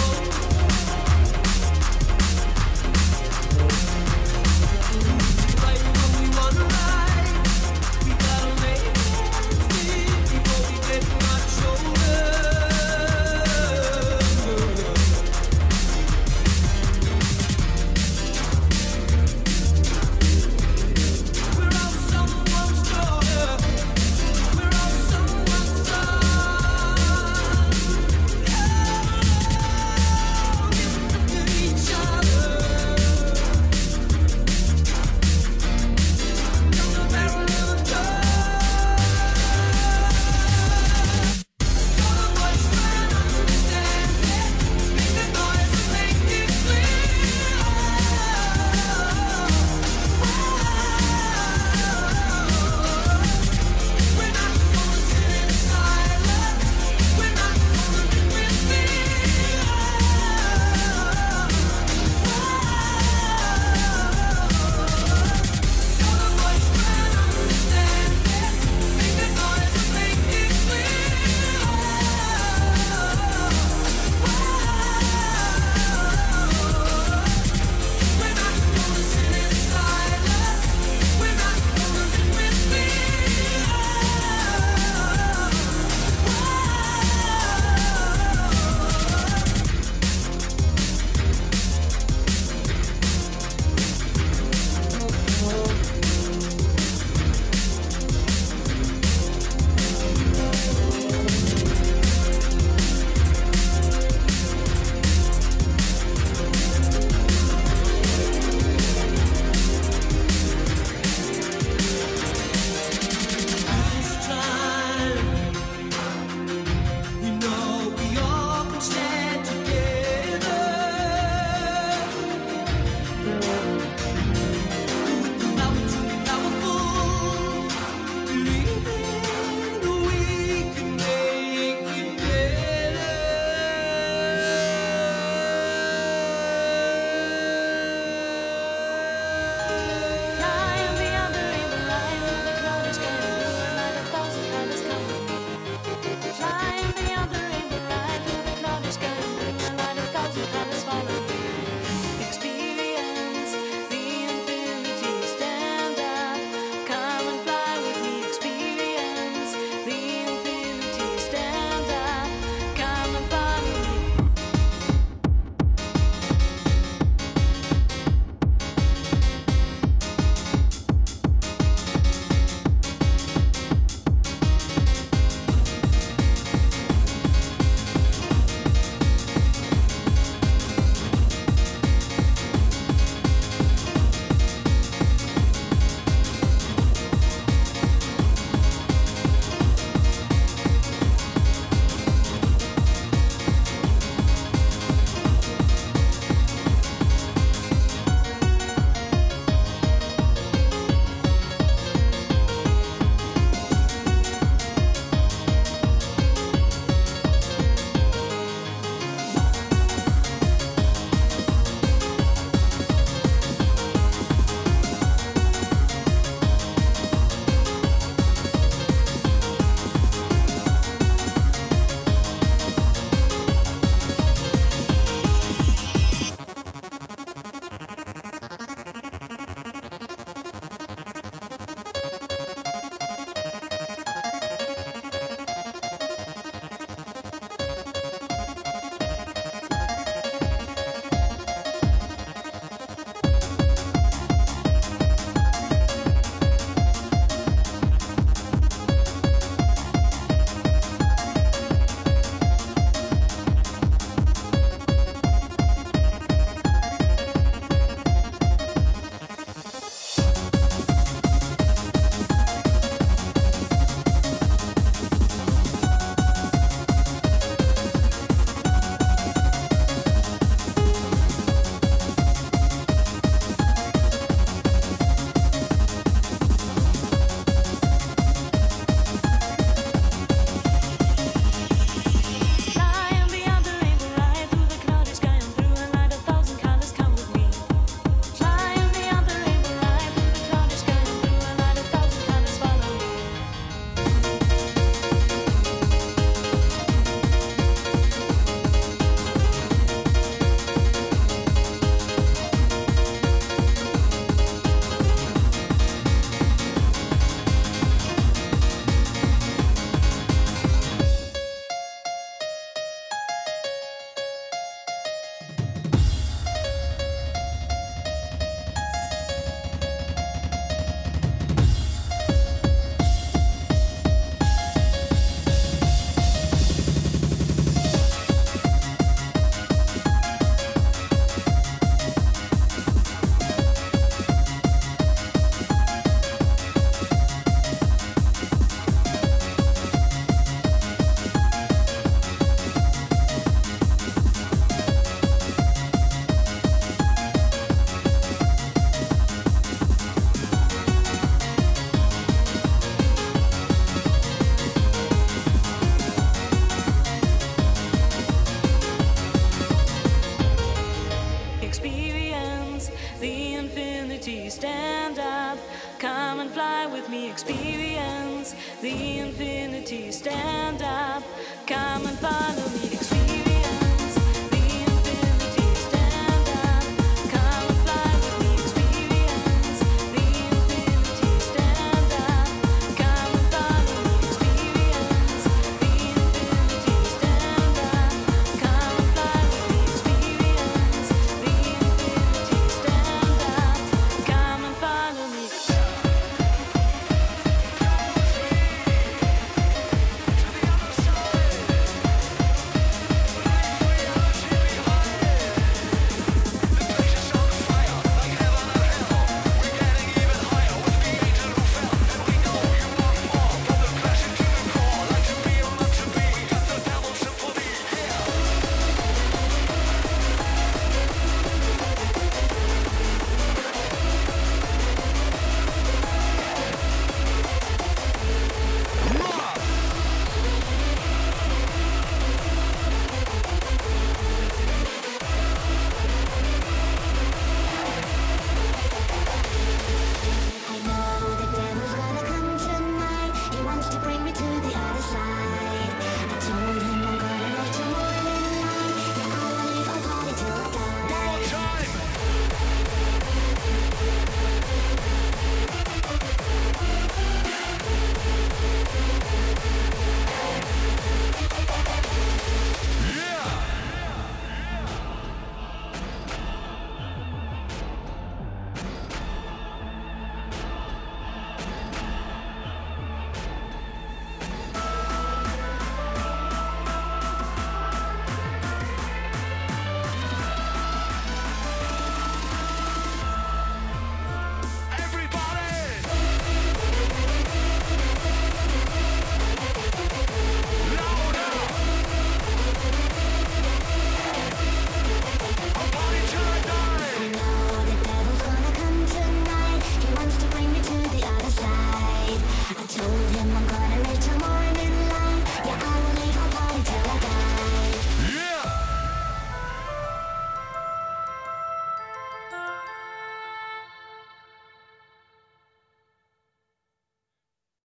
the infinity. Stand up, come and find